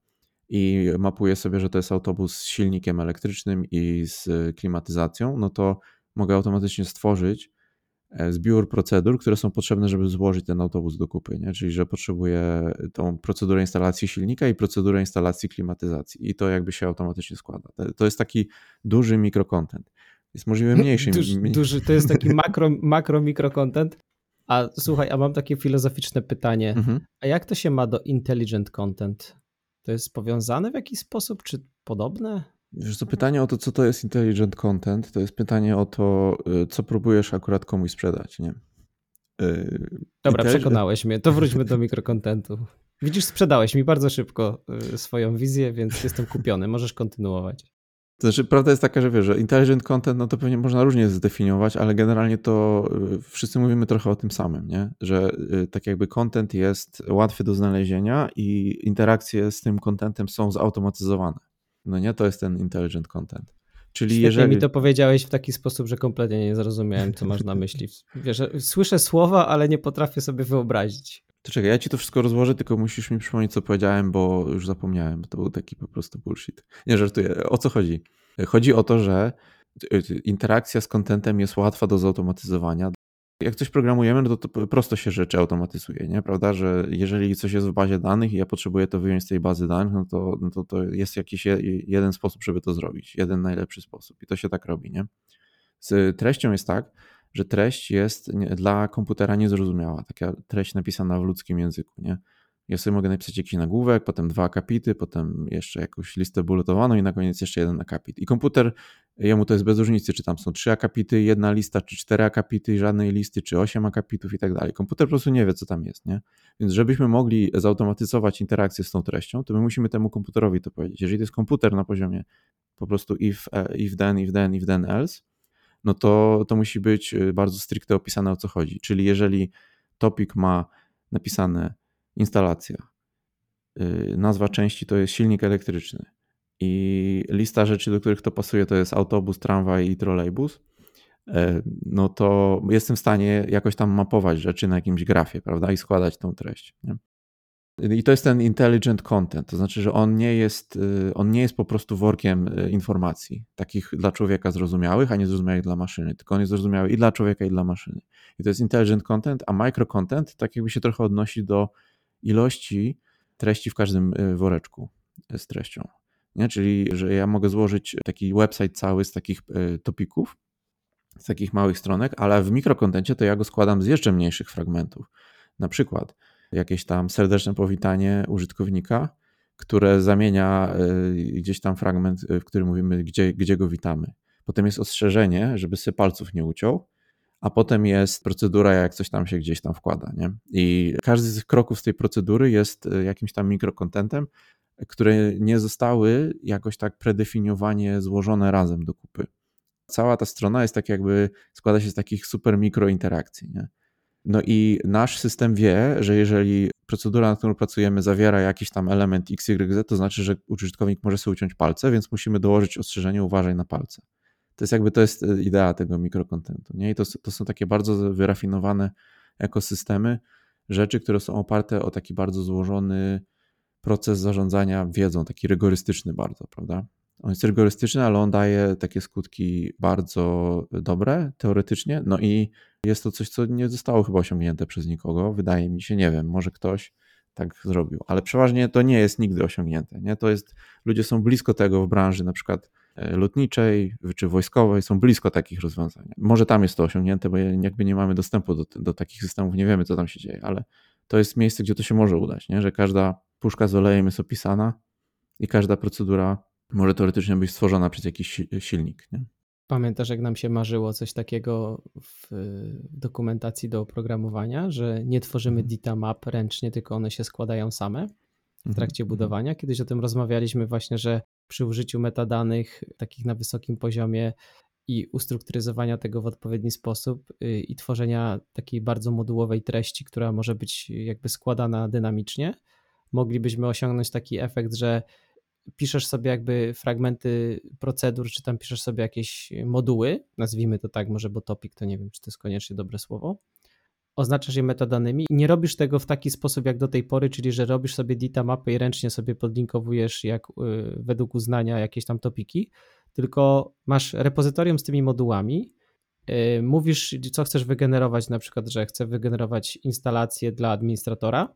[SPEAKER 1] I mapuję sobie, że to jest autobus z silnikiem elektrycznym i z klimatyzacją, no to mogę automatycznie stworzyć zbiór procedur, które są potrzebne, żeby złożyć ten autobus do kupy, nie? Czyli że potrzebuję tą procedurę instalacji silnika i procedurę instalacji klimatyzacji i to jakby się automatycznie składa. To jest taki duży mikrokontent. Jest możliwe mniejszy.
[SPEAKER 2] Duży, duży to jest taki makro, makro mikrokontent. A słuchaj, a mam takie filozoficzne pytanie. Mhm. A jak to się ma do intelligent content? To jest powiązane w jakiś sposób, czy podobne?
[SPEAKER 1] Wiesz, to pytanie o to, co to jest intelligent content, to jest pytanie o to, co próbujesz akurat komuś sprzedać, nie?
[SPEAKER 2] Dobra, Intelli- przekonałeś mnie. To wróćmy do mikrokontentu. Widzisz, sprzedałeś mi bardzo szybko swoją wizję, więc jestem kupiony. Możesz kontynuować.
[SPEAKER 1] To znaczy, prawda jest taka, że wiesz, że intelligent content, no to pewnie można różnie zdefiniować, ale generalnie to wszyscy mówimy trochę o tym samym, nie? Że tak jakby content jest łatwy do znalezienia i interakcje z tym contentem są zautomatyzowane. No nie, to jest ten intelligent content. Czyli
[SPEAKER 2] Świetnie
[SPEAKER 1] jeżeli...
[SPEAKER 2] mi to powiedziałeś w taki sposób, że kompletnie nie zrozumiałem, co masz na myśli. Wiesz, słyszę słowa, ale nie potrafię sobie wyobrazić.
[SPEAKER 1] To czekaj, ja ci to wszystko rozłożę, tylko musisz mi przypomnieć, co powiedziałem, bo już zapomniałem. To był taki po prostu bullshit. Nie, żartuję. O co chodzi? Chodzi o to, że interakcja z contentem jest łatwa do zautomatyzowania. Jak coś programujemy, no to, to prosto się rzeczy automatyzuje, nie? Prawda, że jeżeli coś jest w bazie danych i ja potrzebuję to wyjąć z tej bazy danych, no to, no to, to jest jakiś je, jeden sposób, żeby to zrobić. Jeden najlepszy sposób i to się tak robi, nie? Z treścią jest tak, że treść jest dla komputera niezrozumiała. Taka treść napisana w ludzkim języku, nie? Ja sobie mogę napisać jakiś nagłówek, potem dwa akapity, potem jeszcze jakąś listę buletowaną i na koniec jeszcze jeden akapit. I komputer, jemu to jest bez różnicy, czy tam są trzy akapity, jedna lista, czy cztery akapity, żadnej listy, czy osiem akapitów i tak dalej. Komputer po prostu nie wie, co tam jest, nie? Więc żebyśmy mogli zautomatyzować interakcję z tą treścią, to my musimy temu komputerowi to powiedzieć. Jeżeli to jest komputer na poziomie po prostu if, if then, if then, if then else, no to, to musi być bardzo stricte opisane, o co chodzi. Czyli jeżeli topic ma napisane instalacja, nazwa części to jest silnik elektryczny i lista rzeczy, do których to pasuje, to jest autobus, tramwaj i trolejbus, no to jestem w stanie jakoś tam mapować rzeczy na jakimś grafie, prawda, i składać tą treść, nie? I to jest ten intelligent content, to znaczy, że on nie jest, on nie jest po prostu workiem informacji, takich dla człowieka zrozumiałych, a nie zrozumiałych dla maszyny, tylko on jest zrozumiały i dla człowieka, i dla maszyny. I to jest intelligent content, a micro content tak jakby się trochę odnosi do ilości treści w każdym woreczku z treścią. Nie? Czyli, że ja mogę złożyć taki website cały z takich topików, z takich małych stronek, ale w mikrokontencie to ja go składam z jeszcze mniejszych fragmentów. Na przykład jakieś tam serdeczne powitanie użytkownika, które zamienia gdzieś tam fragment, w którym mówimy, gdzie, gdzie go witamy. Potem jest ostrzeżenie, żeby sobie palców nie uciął, a potem jest procedura, jak coś tam się gdzieś tam wkłada, nie? I każdy z tych kroków z tej procedury jest jakimś tam mikrokontentem, które nie zostały jakoś tak predefiniowanie złożone razem do kupy. Cała ta strona jest tak jakby, składa się z takich super mikrointerakcji, nie? No i nasz system wie, że jeżeli procedura, nad którą pracujemy, zawiera jakiś tam element X Y Z, to znaczy, że użytkownik może sobie uciąć palce, więc musimy dołożyć ostrzeżenie, uważaj na palce. To jest jakby, to jest idea tego mikrokontentu, nie? I to, to są takie bardzo wyrafinowane ekosystemy, rzeczy, które są oparte o taki bardzo złożony proces zarządzania wiedzą, taki rygorystyczny bardzo, prawda? On jest rygorystyczny, ale on daje takie skutki bardzo dobre teoretycznie, no i jest to coś, co nie zostało chyba osiągnięte przez nikogo, wydaje mi się, nie wiem, może ktoś tak zrobił, ale przeważnie to nie jest nigdy osiągnięte, nie? To jest, ludzie są blisko tego w branży na przykład lotniczej czy wojskowej, są blisko takich rozwiązań. Może tam jest to osiągnięte, bo jakby nie mamy dostępu do, do takich systemów, nie wiemy, co tam się dzieje, ale to jest miejsce, gdzie to się może udać, nie? Że każda puszka z olejem jest opisana i każda procedura może teoretycznie być stworzona przez jakiś silnik, nie?
[SPEAKER 2] Pamiętasz, jak nam się marzyło coś takiego w dokumentacji do oprogramowania, że nie tworzymy data map ręcznie, tylko one się składają same w trakcie budowania? Kiedyś o tym rozmawialiśmy właśnie, że przy użyciu metadanych takich na wysokim poziomie i ustrukturyzowania tego w odpowiedni sposób i tworzenia takiej bardzo modułowej treści, która może być jakby składana dynamicznie, moglibyśmy osiągnąć taki efekt, że piszesz sobie jakby fragmenty procedur, czy tam piszesz sobie jakieś moduły, nazwijmy to tak, może bo topic to nie wiem, czy to jest koniecznie dobre słowo, oznaczasz je metadanymi i nie robisz tego w taki sposób jak do tej pory, czyli że robisz sobie data mapy i ręcznie sobie podlinkowujesz jak według uznania jakieś tam topiki, tylko masz repozytorium z tymi modułami, mówisz, co chcesz wygenerować, na przykład, że chcę wygenerować instalację dla administratora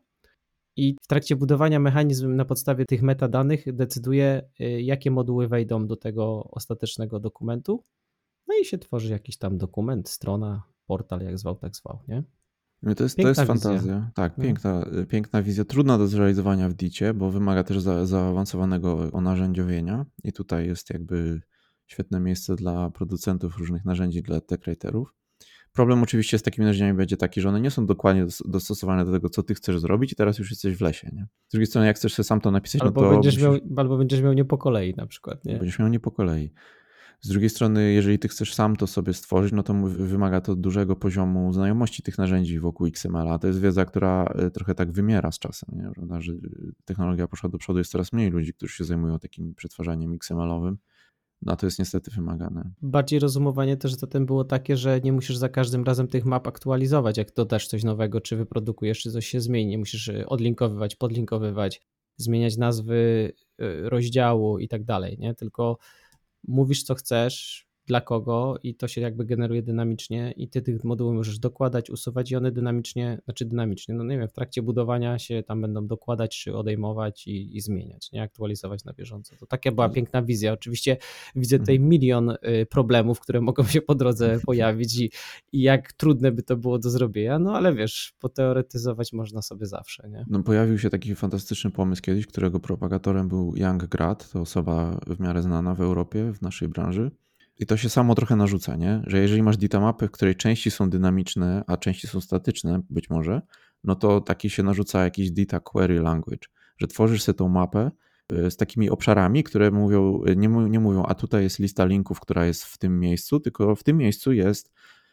[SPEAKER 2] i w trakcie budowania mechanizm na podstawie tych metadanych decyduje, jakie moduły wejdą do tego ostatecznego dokumentu, no i się tworzy jakiś tam dokument, strona, portal, jak zwał, tak zwał, nie?
[SPEAKER 1] To jest, to jest fantazja. Tak, no. piękna, piękna wizja, trudna do zrealizowania w dicie, bo wymaga też za, zaawansowanego narzędziowienia i tutaj jest jakby świetne miejsce dla producentów różnych narzędzi, dla tech writerów. Problem oczywiście z takimi narzędziami będzie taki, że one nie są dokładnie dostosowane do tego, co ty chcesz zrobić i teraz już jesteś w lesie, nie? Z drugiej strony, jak chcesz sobie sam to napisać,
[SPEAKER 2] albo
[SPEAKER 1] no to...
[SPEAKER 2] Będziesz
[SPEAKER 1] musisz...
[SPEAKER 2] miał, albo będziesz miał nie po kolei na przykład, nie?
[SPEAKER 1] Będziesz miał nie po kolei. Z drugiej strony, jeżeli ty chcesz sam to sobie stworzyć, no to wymaga to dużego poziomu znajomości tych narzędzi wokół X M L a. To jest wiedza, która trochę tak wymiera z czasem, nie? Że technologia poszła do przodu, jest coraz mniej ludzi, którzy się zajmują takim przetwarzaniem X M L owym. No a to jest niestety wymagane.
[SPEAKER 2] Bardziej rozumowanie też zatem było takie, że nie musisz za każdym razem tych map aktualizować, jak dodasz coś nowego, czy wyprodukujesz, czy coś się zmieni. Nie musisz odlinkowywać, podlinkowywać, zmieniać nazwy rozdziału i tak dalej, nie? Tylko mówisz, co chcesz, dla kogo i to się jakby generuje dynamicznie i ty tych modułów możesz dokładać, usuwać i one dynamicznie, znaczy dynamicznie, no nie wiem, w trakcie budowania się tam będą dokładać czy odejmować i, i zmieniać, nie, aktualizować na bieżąco. To taka była piękna wizja. Oczywiście widzę tutaj milion y, problemów, które mogą się po drodze pojawić i, i jak trudne by to było do zrobienia, no ale wiesz, poteoretyzować można sobie zawsze, nie?
[SPEAKER 1] No, pojawił się taki fantastyczny pomysł kiedyś, którego propagatorem był Young Grad, to osoba w miarę znana w Europie, w naszej branży. I to się samo trochę narzuca, nie? Że jeżeli masz datamapy, w której części są dynamiczne, a części są statyczne, być może, no to taki się narzuca jakiś data query language, że tworzysz sobie tą mapę z takimi obszarami, które mówią, nie, nie mówią, a tutaj jest lista linków, która jest w tym miejscu, tylko w tym miejscu jest,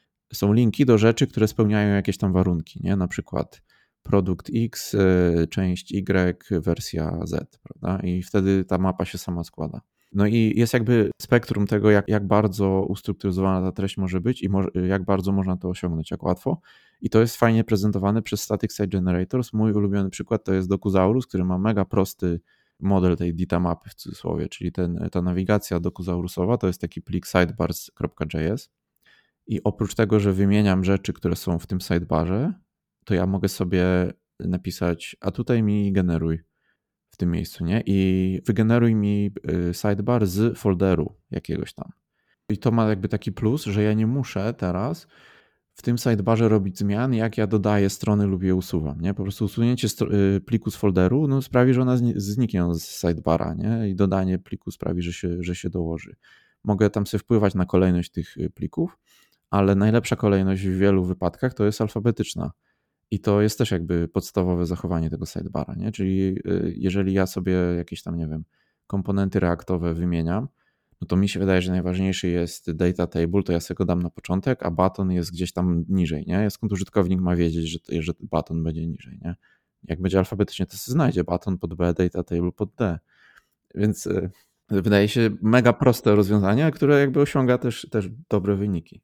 [SPEAKER 1] są linki do rzeczy, które spełniają jakieś tam warunki, nie? Na przykład produkt X, część Y, wersja Z, prawda? I wtedy ta mapa się sama składa. No i jest jakby spektrum tego, jak, jak bardzo ustrukturyzowana ta treść może być i mo- jak bardzo można to osiągnąć, jak łatwo. I to jest fajnie prezentowane przez Static Site Generators. Mój ulubiony przykład to jest Docusaurus, który ma mega prosty model tej datamapy w cudzysłowie, czyli ten, ta nawigacja docusaurusowa to jest taki plik sidebars.js i oprócz tego, że wymieniam rzeczy, które są w tym sidebarze, to ja mogę sobie napisać, a tutaj mi generuj w tym miejscu, nie? I wygeneruj mi sidebar z folderu jakiegoś tam. I to ma jakby taki plus, że ja nie muszę teraz w tym sidebarze robić zmian, jak ja dodaję strony lub je usuwam, nie? Po prostu usunięcie pliku z folderu no, sprawi, że ona zniknie z sidebara, nie? I dodanie pliku sprawi, że się, że się dołoży. Mogę tam sobie wpływać na kolejność tych plików, ale najlepsza kolejność w wielu wypadkach to jest alfabetyczna. I to jest też jakby podstawowe zachowanie tego sidebara, nie? Czyli jeżeli ja sobie jakieś tam, nie wiem, komponenty reaktowe wymieniam, no to mi się wydaje, że najważniejszy jest data table, to ja sobie go dam na początek, a button jest gdzieś tam niżej, nie? Skąd użytkownik ma wiedzieć, że, że button będzie niżej, nie? Jak będzie alfabetycznie, to sobie znajdzie button pod B, data table pod D. Więc wydaje się mega proste rozwiązanie, które jakby osiąga też, też dobre wyniki.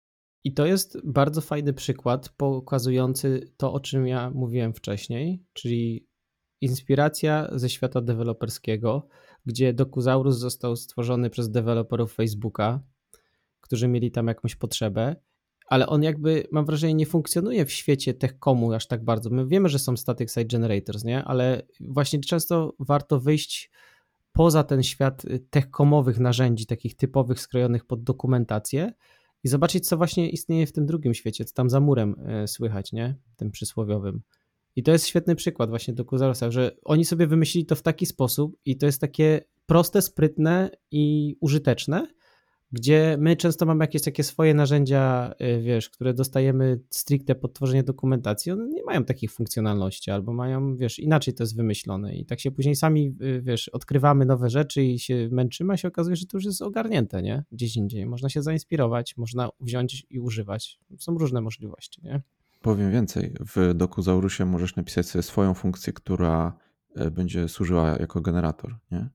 [SPEAKER 2] I to jest bardzo fajny przykład pokazujący to, o czym ja mówiłem wcześniej, czyli inspiracja ze świata deweloperskiego, gdzie Docusaurus został stworzony przez deweloperów Facebooka, którzy mieli tam jakąś potrzebę, ale on jakby, mam wrażenie, nie funkcjonuje w świecie tech.comu aż tak bardzo. My wiemy, że są static site generators, nie? Ale właśnie często warto wyjść poza ten świat tech.comowych narzędzi, takich typowych, skrojonych pod dokumentację, i zobaczyć, co właśnie istnieje w tym drugim świecie, co tam za murem słychać, nie? Tym przysłowiowym. I to jest świetny przykład właśnie Docusaurusa, że oni sobie wymyślili to w taki sposób i to jest takie proste, sprytne i użyteczne, gdzie my często mamy jakieś takie swoje narzędzia, wiesz, które dostajemy stricte pod tworzenie dokumentacji, one nie mają takich funkcjonalności albo mają, wiesz, inaczej to jest wymyślone i tak się później sami, wiesz, odkrywamy nowe rzeczy i się męczymy, a się okazuje, że to już jest ogarnięte, nie? Gdzieś indziej. Można się zainspirować, można wziąć i używać. Są różne możliwości, nie?
[SPEAKER 1] Powiem więcej, w Docusaurusie możesz napisać sobie swoją funkcję, która będzie służyła jako generator, nie?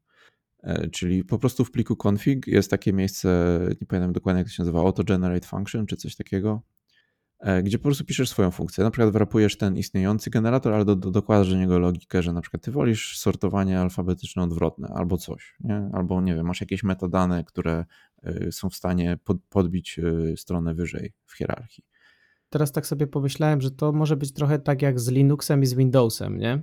[SPEAKER 1] Czyli po prostu w pliku config jest takie miejsce, nie pamiętam dokładnie jak to się nazywa, auto generate function czy coś takiego, gdzie po prostu piszesz swoją funkcję. Na przykład wrapujesz ten istniejący generator, ale do, do, dokładasz do niego logikę, że na przykład ty wolisz sortowanie alfabetyczne odwrotne albo coś, nie? Albo nie wiem, masz jakieś metadane, które są w stanie pod, podbić stronę wyżej w hierarchii. Teraz
[SPEAKER 2] tak sobie pomyślałem, że to może być trochę tak jak z Linuxem i z Windowsem, nie?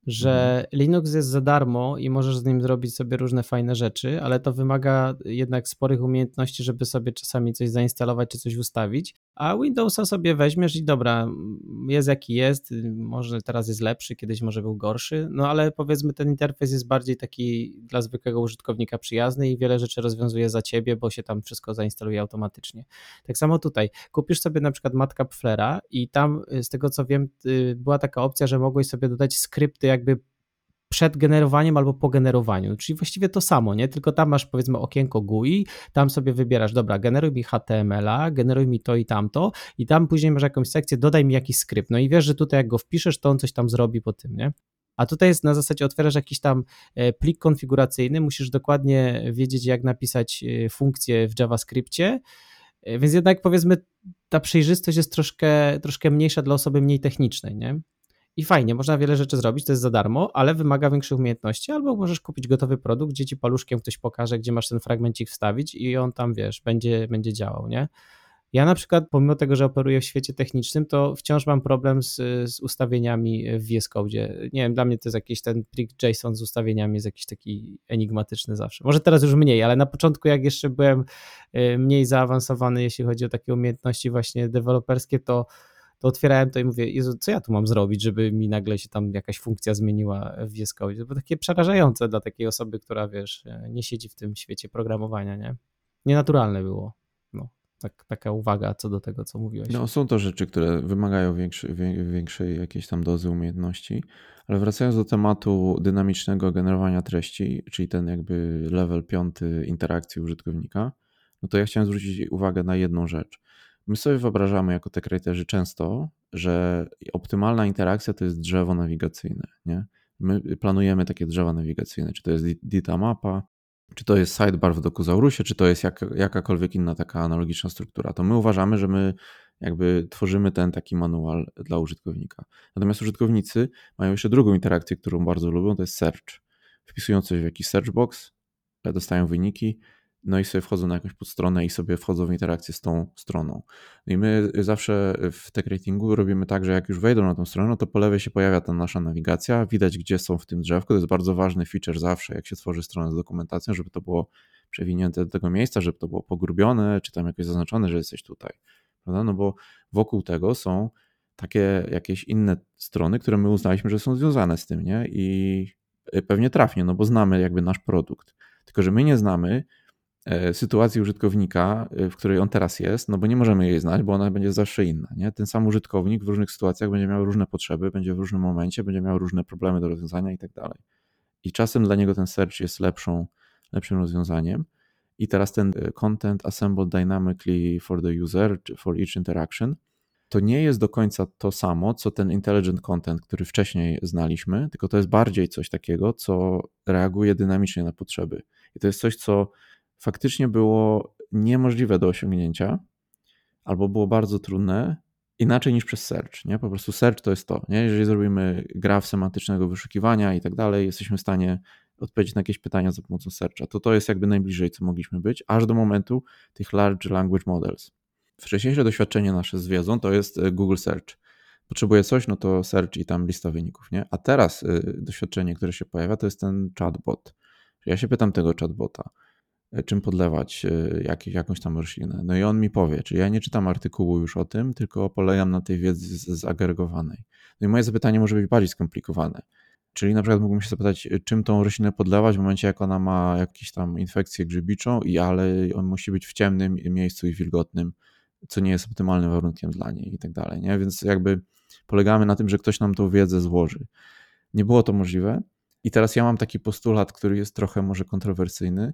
[SPEAKER 2] Że mhm. Linux jest za darmo i możesz z nim zrobić sobie różne fajne rzeczy, ale to wymaga jednak sporych umiejętności, żeby sobie czasami coś zainstalować czy coś ustawić, a Windowsa sobie weźmiesz i dobra, jest jaki jest, może teraz jest lepszy, kiedyś może był gorszy, no ale powiedzmy ten interfejs jest bardziej taki dla zwykłego użytkownika przyjazny i wiele rzeczy rozwiązuje za ciebie, bo się tam wszystko zainstaluje automatycznie. Tak samo tutaj, kupisz sobie na przykład Matcapflera i tam z tego co wiem była taka opcja, że mogłeś sobie dodać skrypty jakby przed generowaniem albo po generowaniu, czyli właściwie to samo, nie? Tylko tam masz powiedzmy okienko G U I, tam sobie wybierasz, dobra, generuj mi H T M L-a, generuj mi to i tamto i tam później masz jakąś sekcję, dodaj mi jakiś skrypt, no i wiesz, że tutaj jak go wpiszesz, to on coś tam zrobi po tym, nie? A tutaj jest na zasadzie otwierasz jakiś tam plik konfiguracyjny, musisz dokładnie wiedzieć, jak napisać funkcję w JavaScriptie, więc jednak powiedzmy ta przejrzystość jest troszkę, troszkę mniejsza dla osoby mniej technicznej, nie? I fajnie, można wiele rzeczy zrobić, to jest za darmo, ale wymaga większych umiejętności, albo możesz kupić gotowy produkt, gdzie ci paluszkiem ktoś pokaże, gdzie masz ten fragmencik wstawić i on tam, wiesz, będzie, będzie działał, nie? Ja na przykład, pomimo tego, że operuję w świecie technicznym, to wciąż mam problem z, z ustawieniami w V S Code. Nie wiem, dla mnie to jest jakiś ten plik JSON z ustawieniami jest jakiś taki enigmatyczny zawsze. Może teraz już mniej, ale na początku, jak jeszcze byłem mniej zaawansowany, jeśli chodzi o takie umiejętności właśnie deweloperskie, to to otwierałem to i mówię, Jezu, co ja tu mam zrobić, żeby mi nagle się tam jakaś funkcja zmieniła w V S Code. To było takie przerażające dla takiej osoby, która, wiesz, nie siedzi w tym świecie programowania, nie? Nienaturalne było. No, tak, taka uwaga co do tego, co mówiłeś.
[SPEAKER 1] No, są to rzeczy, które wymagają większy, większej jakiejś tam dozy umiejętności, ale wracając do tematu dynamicznego generowania treści, czyli ten jakby level piąty interakcji użytkownika, no to ja chciałem zwrócić uwagę na jedną rzecz. My sobie wyobrażamy jako tech writerzy często, że optymalna interakcja to jest drzewo nawigacyjne, nie? My planujemy takie drzewa nawigacyjne, czy to jest data mapa, czy to jest sidebar w Dokuzaurusie, czy to jest jak, jakakolwiek inna taka analogiczna struktura, to my uważamy, że my jakby tworzymy ten taki manual dla użytkownika. Natomiast użytkownicy mają jeszcze drugą interakcję, którą bardzo lubią, to jest search. Wpisują coś w jakiś search box, dostają wyniki, no i sobie wchodzą na jakąś podstronę i sobie wchodzą w interakcję z tą stroną. No i my zawsze w tech ratingu robimy tak, że jak już wejdą na tą stronę, no to po lewej się pojawia ta nasza nawigacja, widać gdzie są w tym drzewku, to jest bardzo ważny feature zawsze, jak się tworzy stronę z dokumentacją, żeby to było przewinięte do tego miejsca, żeby to było pogrubione, czy tam jakoś zaznaczone, że jesteś tutaj, prawda? No bo wokół tego są takie jakieś inne strony, które my uznaliśmy, że są związane z tym, nie? I pewnie trafnie, no bo znamy jakby nasz produkt, tylko że my nie znamy sytuacji użytkownika, w której on teraz jest, no bo nie możemy jej znać, bo ona będzie zawsze inna. Nie? Ten sam użytkownik w różnych sytuacjach będzie miał różne potrzeby, będzie w różnym momencie, będzie miał różne problemy do rozwiązania i tak dalej. I czasem dla niego ten search jest lepszą, lepszym rozwiązaniem. I teraz ten content assembled dynamically for the user, for each interaction, to nie jest do końca to samo, co ten intelligent content, który wcześniej znaliśmy, tylko to jest bardziej coś takiego, co reaguje dynamicznie na potrzeby. I to jest coś, co faktycznie było niemożliwe do osiągnięcia albo było bardzo trudne, inaczej niż przez search. Nie? Po prostu search to jest to. Nie? Jeżeli zrobimy graf semantycznego wyszukiwania i tak dalej, jesteśmy w stanie odpowiedzieć na jakieś pytania za pomocą searcha. To to jest jakby najbliżej, co mogliśmy być, aż do momentu tych large language models. Wcześniejsze doświadczenie nasze z wiedzą to jest Google Search. Potrzebuję coś, no to search i tam lista wyników. Nie? A teraz doświadczenie, które się pojawia, to jest ten chatbot. Ja się pytam tego chatbota, czym podlewać jak, jakąś tam roślinę. No i on mi powie, czyli ja nie czytam artykułu już o tym, tylko polegam na tej wiedzy zagregowanej. No i moje zapytanie może być bardziej skomplikowane. Czyli na przykład mógłbym się zapytać, czym tą roślinę podlewać w momencie, jak ona ma jakąś tam infekcję grzybiczą, i ale on musi być w ciemnym miejscu i wilgotnym, co nie jest optymalnym warunkiem dla niej i tak dalej. Nie? Więc jakby polegamy na tym, że ktoś nam tą wiedzę złoży. Nie było to możliwe i teraz ja mam taki postulat, który jest trochę może kontrowersyjny.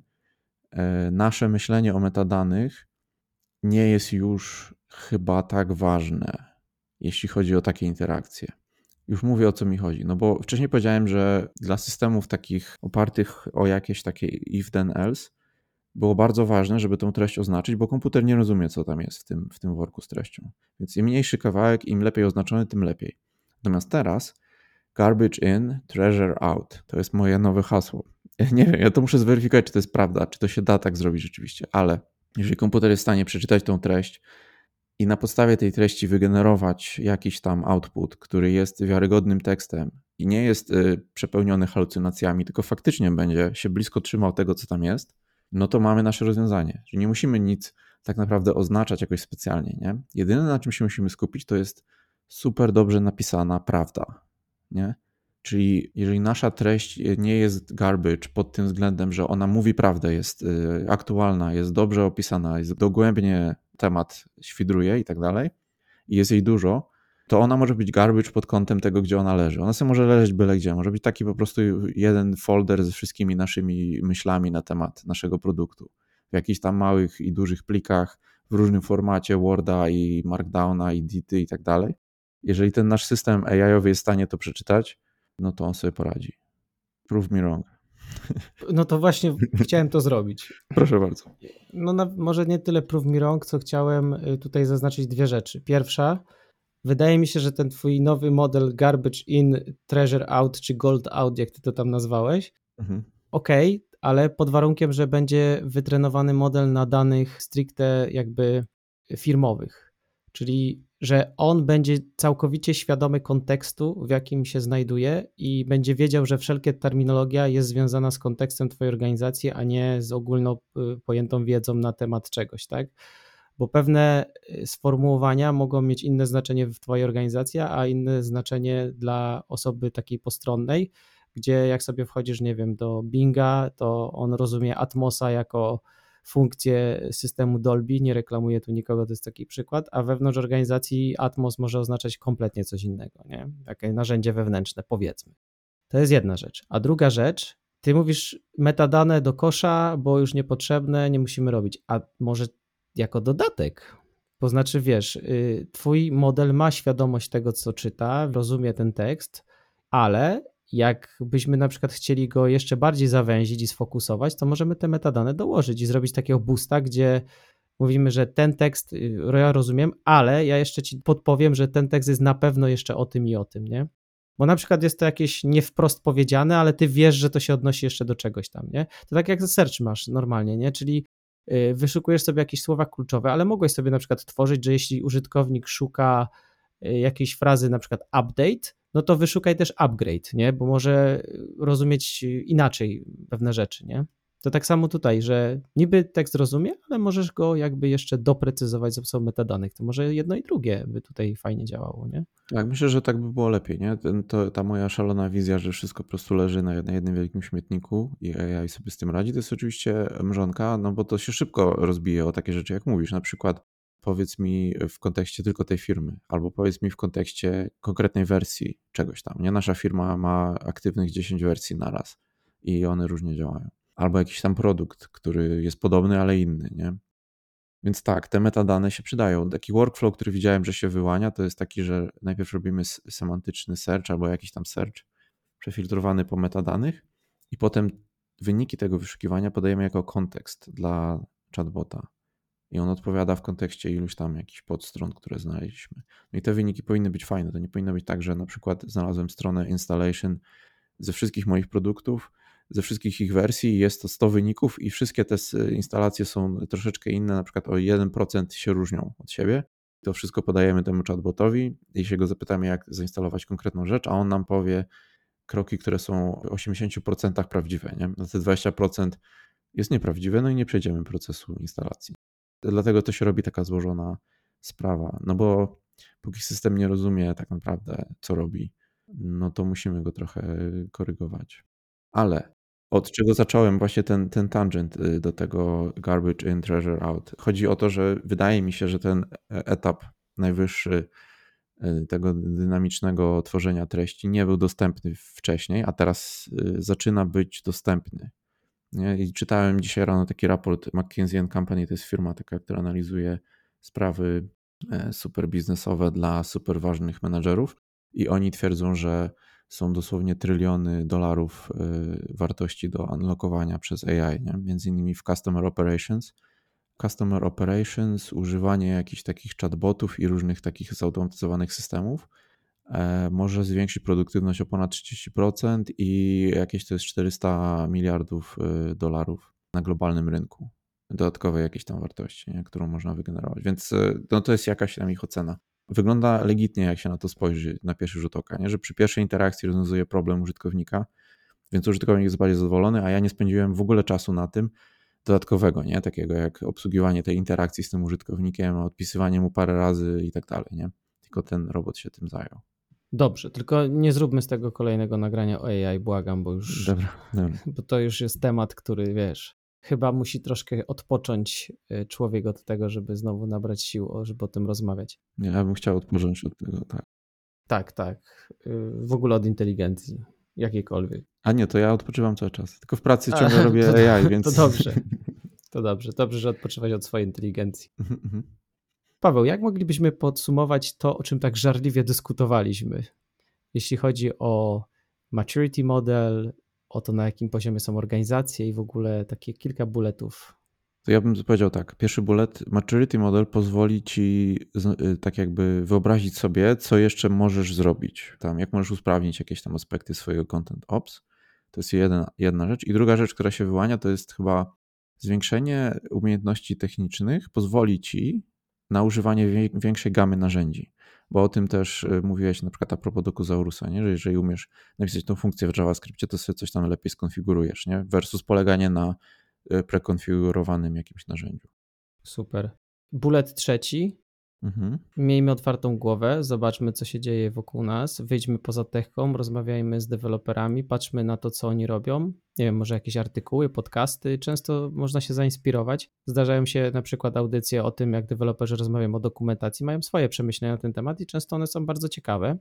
[SPEAKER 1] Nasze myślenie o metadanych nie jest już chyba tak ważne, jeśli chodzi o takie interakcje. Już mówię, o co mi chodzi. No bo wcześniej powiedziałem, że dla systemów takich opartych o jakieś takie if then else było bardzo ważne, żeby tą treść oznaczyć, bo komputer nie rozumie, co tam jest w tym, w tym worku z treścią. Więc im mniejszy kawałek, im lepiej oznaczony, tym lepiej. Natomiast teraz garbage in, treasure out. To jest moje nowe hasło. Nie wiem, ja to muszę zweryfikować, czy to jest prawda, czy to się da tak zrobić rzeczywiście, ale jeżeli komputer jest w stanie przeczytać tą treść i na podstawie tej treści wygenerować jakiś tam output, który jest wiarygodnym tekstem i nie jest przepełniony halucynacjami, tylko faktycznie będzie się blisko trzymał tego, co tam jest, no to mamy nasze rozwiązanie. Czyli nie musimy nic tak naprawdę oznaczać jakoś specjalnie. Nie? Jedyne, na czym się musimy skupić, to jest super dobrze napisana prawda. Nie? Czyli jeżeli nasza treść nie jest garbage pod tym względem, że ona mówi prawdę, jest aktualna, jest dobrze opisana, jest dogłębnie temat świdruje i tak dalej, i jest jej dużo, to ona może być garbage pod kątem tego, gdzie ona leży. Ona sobie może leżeć byle gdzie. Może być taki po prostu jeden folder ze wszystkimi naszymi myślami na temat naszego produktu. W jakichś tam małych i dużych plikach, w różnym formacie Worda i Markdowna i D T i tak dalej. Jeżeli ten nasz system A I-owy jest w stanie to przeczytać, no to on sobie poradzi. Prove me wrong.
[SPEAKER 2] No to właśnie chciałem to zrobić.
[SPEAKER 1] Proszę bardzo.
[SPEAKER 2] No na, może nie tyle prove me wrong, co chciałem tutaj zaznaczyć dwie rzeczy. Pierwsza, wydaje mi się, że ten twój nowy model garbage in, treasure out, czy gold out, jak ty to tam nazwałeś,
[SPEAKER 1] Mhm.
[SPEAKER 2] okej, okay, ale pod warunkiem, że będzie wytrenowany model na danych stricte jakby firmowych, czyli że on będzie całkowicie świadomy kontekstu, w jakim się znajduje i będzie wiedział, że wszelkie terminologia jest związana z kontekstem twojej organizacji, a nie z ogólno pojętą wiedzą na temat czegoś, tak? Bo pewne sformułowania mogą mieć inne znaczenie w twojej organizacji, a inne znaczenie dla osoby takiej postronnej, gdzie jak sobie wchodzisz, nie wiem, do Binga, to on rozumie Atmosa jako funkcję systemu Dolby, nie reklamuje tu nikogo, to jest taki przykład, a wewnątrz organizacji Atmos może oznaczać kompletnie coś innego, nie? Takie narzędzie wewnętrzne, powiedzmy. To jest jedna rzecz. A druga rzecz, ty mówisz metadane do kosza, bo już niepotrzebne, nie musimy robić, a może jako dodatek? To znaczy, wiesz, twój model ma świadomość tego, co czyta, rozumie ten tekst, ale jakbyśmy na przykład chcieli go jeszcze bardziej zawęzić i sfokusować, to możemy te metadane dołożyć i zrobić takiego boosta, gdzie mówimy, że ten tekst ja rozumiem, ale ja jeszcze ci podpowiem, że ten tekst jest na pewno jeszcze o tym i o tym, nie? Bo na przykład jest to jakieś nie wprost powiedziane, ale ty wiesz, że to się odnosi jeszcze do czegoś tam, nie? To tak jak ze search masz normalnie, nie? Czyli wyszukujesz sobie jakieś słowa kluczowe, ale mogłeś sobie na przykład tworzyć, że jeśli użytkownik szuka jakiejś frazy, na przykład update, no to wyszukaj też upgrade, nie? Bo może rozumieć inaczej pewne rzeczy, nie? To tak samo tutaj, że niby tekst rozumie, ale możesz go jakby jeszcze doprecyzować za pomocą metadanych. To może jedno i drugie by tutaj fajnie działało, nie?
[SPEAKER 1] Tak, myślę, że tak by było lepiej, nie? Ten, to, ta moja szalona wizja, że wszystko po prostu leży na, na jednym wielkim śmietniku i A I sobie z tym radzi, to jest oczywiście mrzonka, no bo to się szybko rozbije o takie rzeczy, jak mówisz. Na przykład powiedz mi w kontekście tylko tej firmy, albo powiedz mi w kontekście konkretnej wersji czegoś tam, nie? Nasza firma ma aktywnych dziesięć wersji na raz i one różnie działają. Albo jakiś tam produkt, który jest podobny, ale inny, nie? Więc tak, te metadane się przydają. Taki workflow, który widziałem, że się wyłania, to jest taki, że najpierw robimy semantyczny search albo jakiś tam search przefiltrowany po metadanych i potem wyniki tego wyszukiwania podajemy jako kontekst dla chatbota. I on odpowiada w kontekście iluś tam jakichś podstron, które znaleźliśmy. No i te wyniki powinny być fajne. To nie powinno być tak, że na przykład znalazłem stronę installation ze wszystkich moich produktów, ze wszystkich ich wersji, jest to sto wyników i wszystkie te instalacje są troszeczkę inne, na przykład o jeden procent się różnią od siebie. To wszystko podajemy temu chatbotowi i się go zapytamy, jak zainstalować konkretną rzecz, a on nam powie kroki, które są w osiemdziesiąt procent prawdziwe. Nie? Na te dwadzieścia procent jest nieprawdziwe, no i nie przejdziemy procesu instalacji. Dlatego to się robi taka złożona sprawa, no bo póki system nie rozumie tak naprawdę, co robi, no to musimy go trochę korygować. Ale od czego zacząłem właśnie ten, ten tangent do tego garbage in, treasure out. Chodzi o to, że wydaje mi się, że ten etap najwyższy tego dynamicznego tworzenia treści nie był dostępny wcześniej, a teraz zaczyna być dostępny. Nie? I czytałem dzisiaj rano taki raport McKinsey and Company, to jest firma taka, która analizuje sprawy super biznesowe dla super ważnych menadżerów i oni twierdzą, że są dosłownie tryliony dolarów wartości do unlockowania przez A I, nie? Między innymi w Customer Operations. Customer Operations, używanie jakichś takich chatbotów i różnych takich zautomatyzowanych systemów może zwiększyć produktywność o ponad trzydzieści procent i jakieś to jest czterysta miliardów dolarów na globalnym rynku. Dodatkowej jakiejś tam wartości, nie? Którą można wygenerować. Więc no, to jest jakaś tam ich ocena. Wygląda legitnie, jak się na to spojrzy na pierwszy rzut oka, nie? Że przy pierwszej interakcji rozwiązuje problem użytkownika, więc użytkownik jest bardziej zadowolony, a ja nie spędziłem w ogóle czasu na tym dodatkowego, nie? Takiego jak obsługiwanie tej interakcji z tym użytkownikiem, odpisywanie mu parę razy i tak dalej, nie? Tylko ten robot się tym zajął.
[SPEAKER 2] Dobrze, tylko nie zróbmy z tego kolejnego nagrania o A I, błagam, bo już
[SPEAKER 1] dobra, dobra.
[SPEAKER 2] Bo to już jest temat, który wiesz, chyba musi troszkę odpocząć człowiek od tego, żeby znowu nabrać sił, żeby o tym rozmawiać.
[SPEAKER 1] Nie, ja bym chciał odpocząć od tego, tak.
[SPEAKER 2] Tak, tak. W ogóle od inteligencji, jakiejkolwiek.
[SPEAKER 1] A nie, to ja odpoczywam cały czas. Tylko w pracy ciągle A, robię
[SPEAKER 2] to,
[SPEAKER 1] A I, więc...
[SPEAKER 2] To dobrze. To dobrze. Dobrze, że odpoczywać od swojej inteligencji. Paweł, jak moglibyśmy podsumować to, o czym tak żarliwie dyskutowaliśmy, jeśli chodzi o maturity model, o to na jakim poziomie są organizacje i w ogóle takie kilka bulletów.
[SPEAKER 1] To ja bym powiedział tak, pierwszy bullet, maturity model pozwoli ci tak jakby wyobrazić sobie, co jeszcze możesz zrobić, tam jak możesz usprawnić jakieś tam aspekty swojego content ops. To jest jedna, jedna rzecz. I druga rzecz, która się wyłania, to jest chyba zwiększenie umiejętności technicznych pozwoli ci na używanie większej gamy narzędzi, bo o tym też mówiłeś na przykład a propos Dokuzaurusa, nie? Że jeżeli umiesz napisać tą funkcję w JavaScriptie, to sobie coś tam lepiej skonfigurujesz, nie? Versus poleganie na prekonfigurowanym jakimś narzędziu.
[SPEAKER 2] Super. Bullet trzeci. Mhm. Miejmy otwartą głowę, zobaczmy, co się dzieje wokół nas, wyjdźmy poza techką, rozmawiajmy z deweloperami, patrzmy na to, co oni robią. Nie wiem, może jakieś artykuły, podcasty, często można się zainspirować. Zdarzają się na przykład audycje o tym, jak deweloperzy rozmawiają o dokumentacji, mają swoje przemyślenia na ten temat i często one są bardzo ciekawe.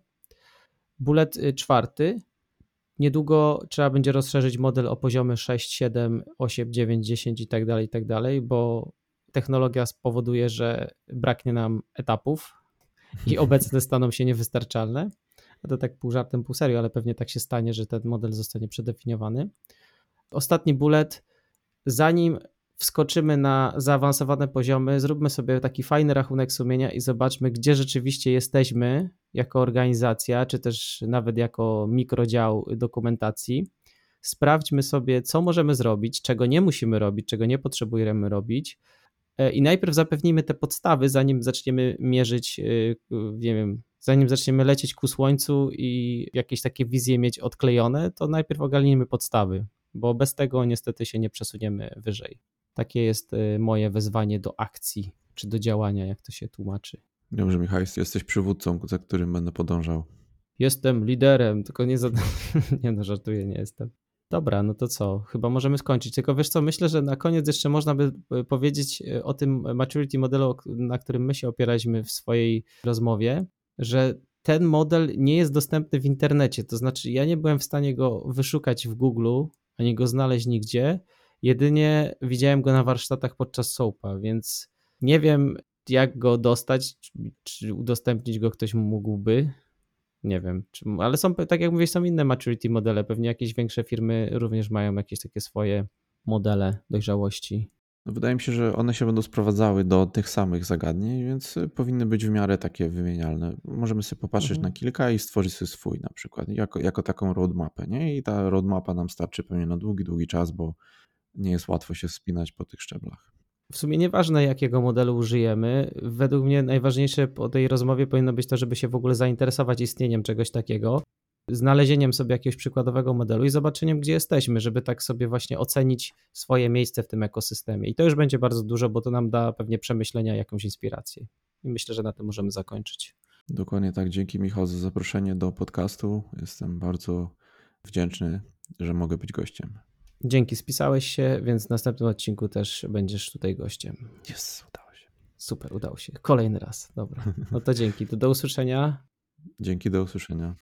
[SPEAKER 2] Bullet czwarty. Niedługo trzeba będzie rozszerzyć model o poziomy sześć, siedem, osiem, dziewięć, dziesięć i tak dalej, i tak dalej, bo technologia spowoduje, że braknie nam etapów i obecne staną się niewystarczalne. A to tak pół żartem, pół serio, ale pewnie tak się stanie, że ten model zostanie przedefiniowany. Ostatni bullet. Zanim wskoczymy na zaawansowane poziomy, zróbmy sobie taki fajny rachunek sumienia i zobaczmy, gdzie rzeczywiście jesteśmy jako organizacja, czy też nawet jako mikrodział dokumentacji. Sprawdźmy sobie, co możemy zrobić, czego nie musimy robić, czego nie potrzebujemy robić i najpierw zapewnijmy te podstawy, zanim zaczniemy mierzyć, nie wiem, zanim zaczniemy lecieć ku słońcu i jakieś takie wizje mieć odklejone, to najpierw ogarnijmy podstawy, bo bez tego niestety się nie przesuniemy wyżej. Takie jest moje wezwanie do akcji, czy do działania, jak to się tłumaczy.
[SPEAKER 1] Dobrze, Michał, jesteś przywódcą, za którym będę podążał.
[SPEAKER 2] Jestem liderem, tylko nie za... nie no, żartuję, nie jestem. Dobra, no to co? Chyba możemy skończyć. Tylko wiesz co, myślę, że na koniec jeszcze można by powiedzieć o tym maturity modelu, na którym my się opieraliśmy w swojej rozmowie, że ten model nie jest dostępny w internecie. To znaczy ja nie byłem w stanie go wyszukać w Google, ani go znaleźć nigdzie. Jedynie widziałem go na warsztatach podczas SOAP-a, więc nie wiem, jak go dostać, czy udostępnić go ktoś mógłby. Nie wiem, czy, ale są, tak jak mówię, są inne maturity modele. Pewnie jakieś większe firmy również mają jakieś takie swoje modele dojrzałości.
[SPEAKER 1] No wydaje mi się, że one się będą sprowadzały do tych samych zagadnień, więc powinny być w miarę takie wymienialne. Możemy sobie popatrzeć mhm. na kilka i stworzyć sobie swój na przykład, jako, jako taką roadmapę, nie? I ta roadmapa nam starczy pewnie na długi, długi czas, bo nie jest łatwo się wspinać po tych szczeblach.
[SPEAKER 2] W sumie nieważne, jakiego modelu użyjemy. Według mnie najważniejsze po tej rozmowie powinno być to, żeby się w ogóle zainteresować istnieniem czegoś takiego, znalezieniem sobie jakiegoś przykładowego modelu i zobaczeniem, gdzie jesteśmy, żeby tak sobie właśnie ocenić swoje miejsce w tym ekosystemie. I to już będzie bardzo dużo, bo to nam da pewnie przemyślenia, jakąś inspirację. I myślę, że na tym możemy zakończyć.
[SPEAKER 1] Dokładnie tak. Dzięki, Michał, za zaproszenie do podcastu. Jestem bardzo wdzięczny, że mogę być gościem.
[SPEAKER 2] Dzięki, spisałeś się, więc w następnym odcinku też będziesz tutaj gościem.
[SPEAKER 1] Jest, udało się.
[SPEAKER 2] Super, udało się. Kolejny raz. Dobra. No to dzięki. To do usłyszenia.
[SPEAKER 1] Dzięki, do usłyszenia.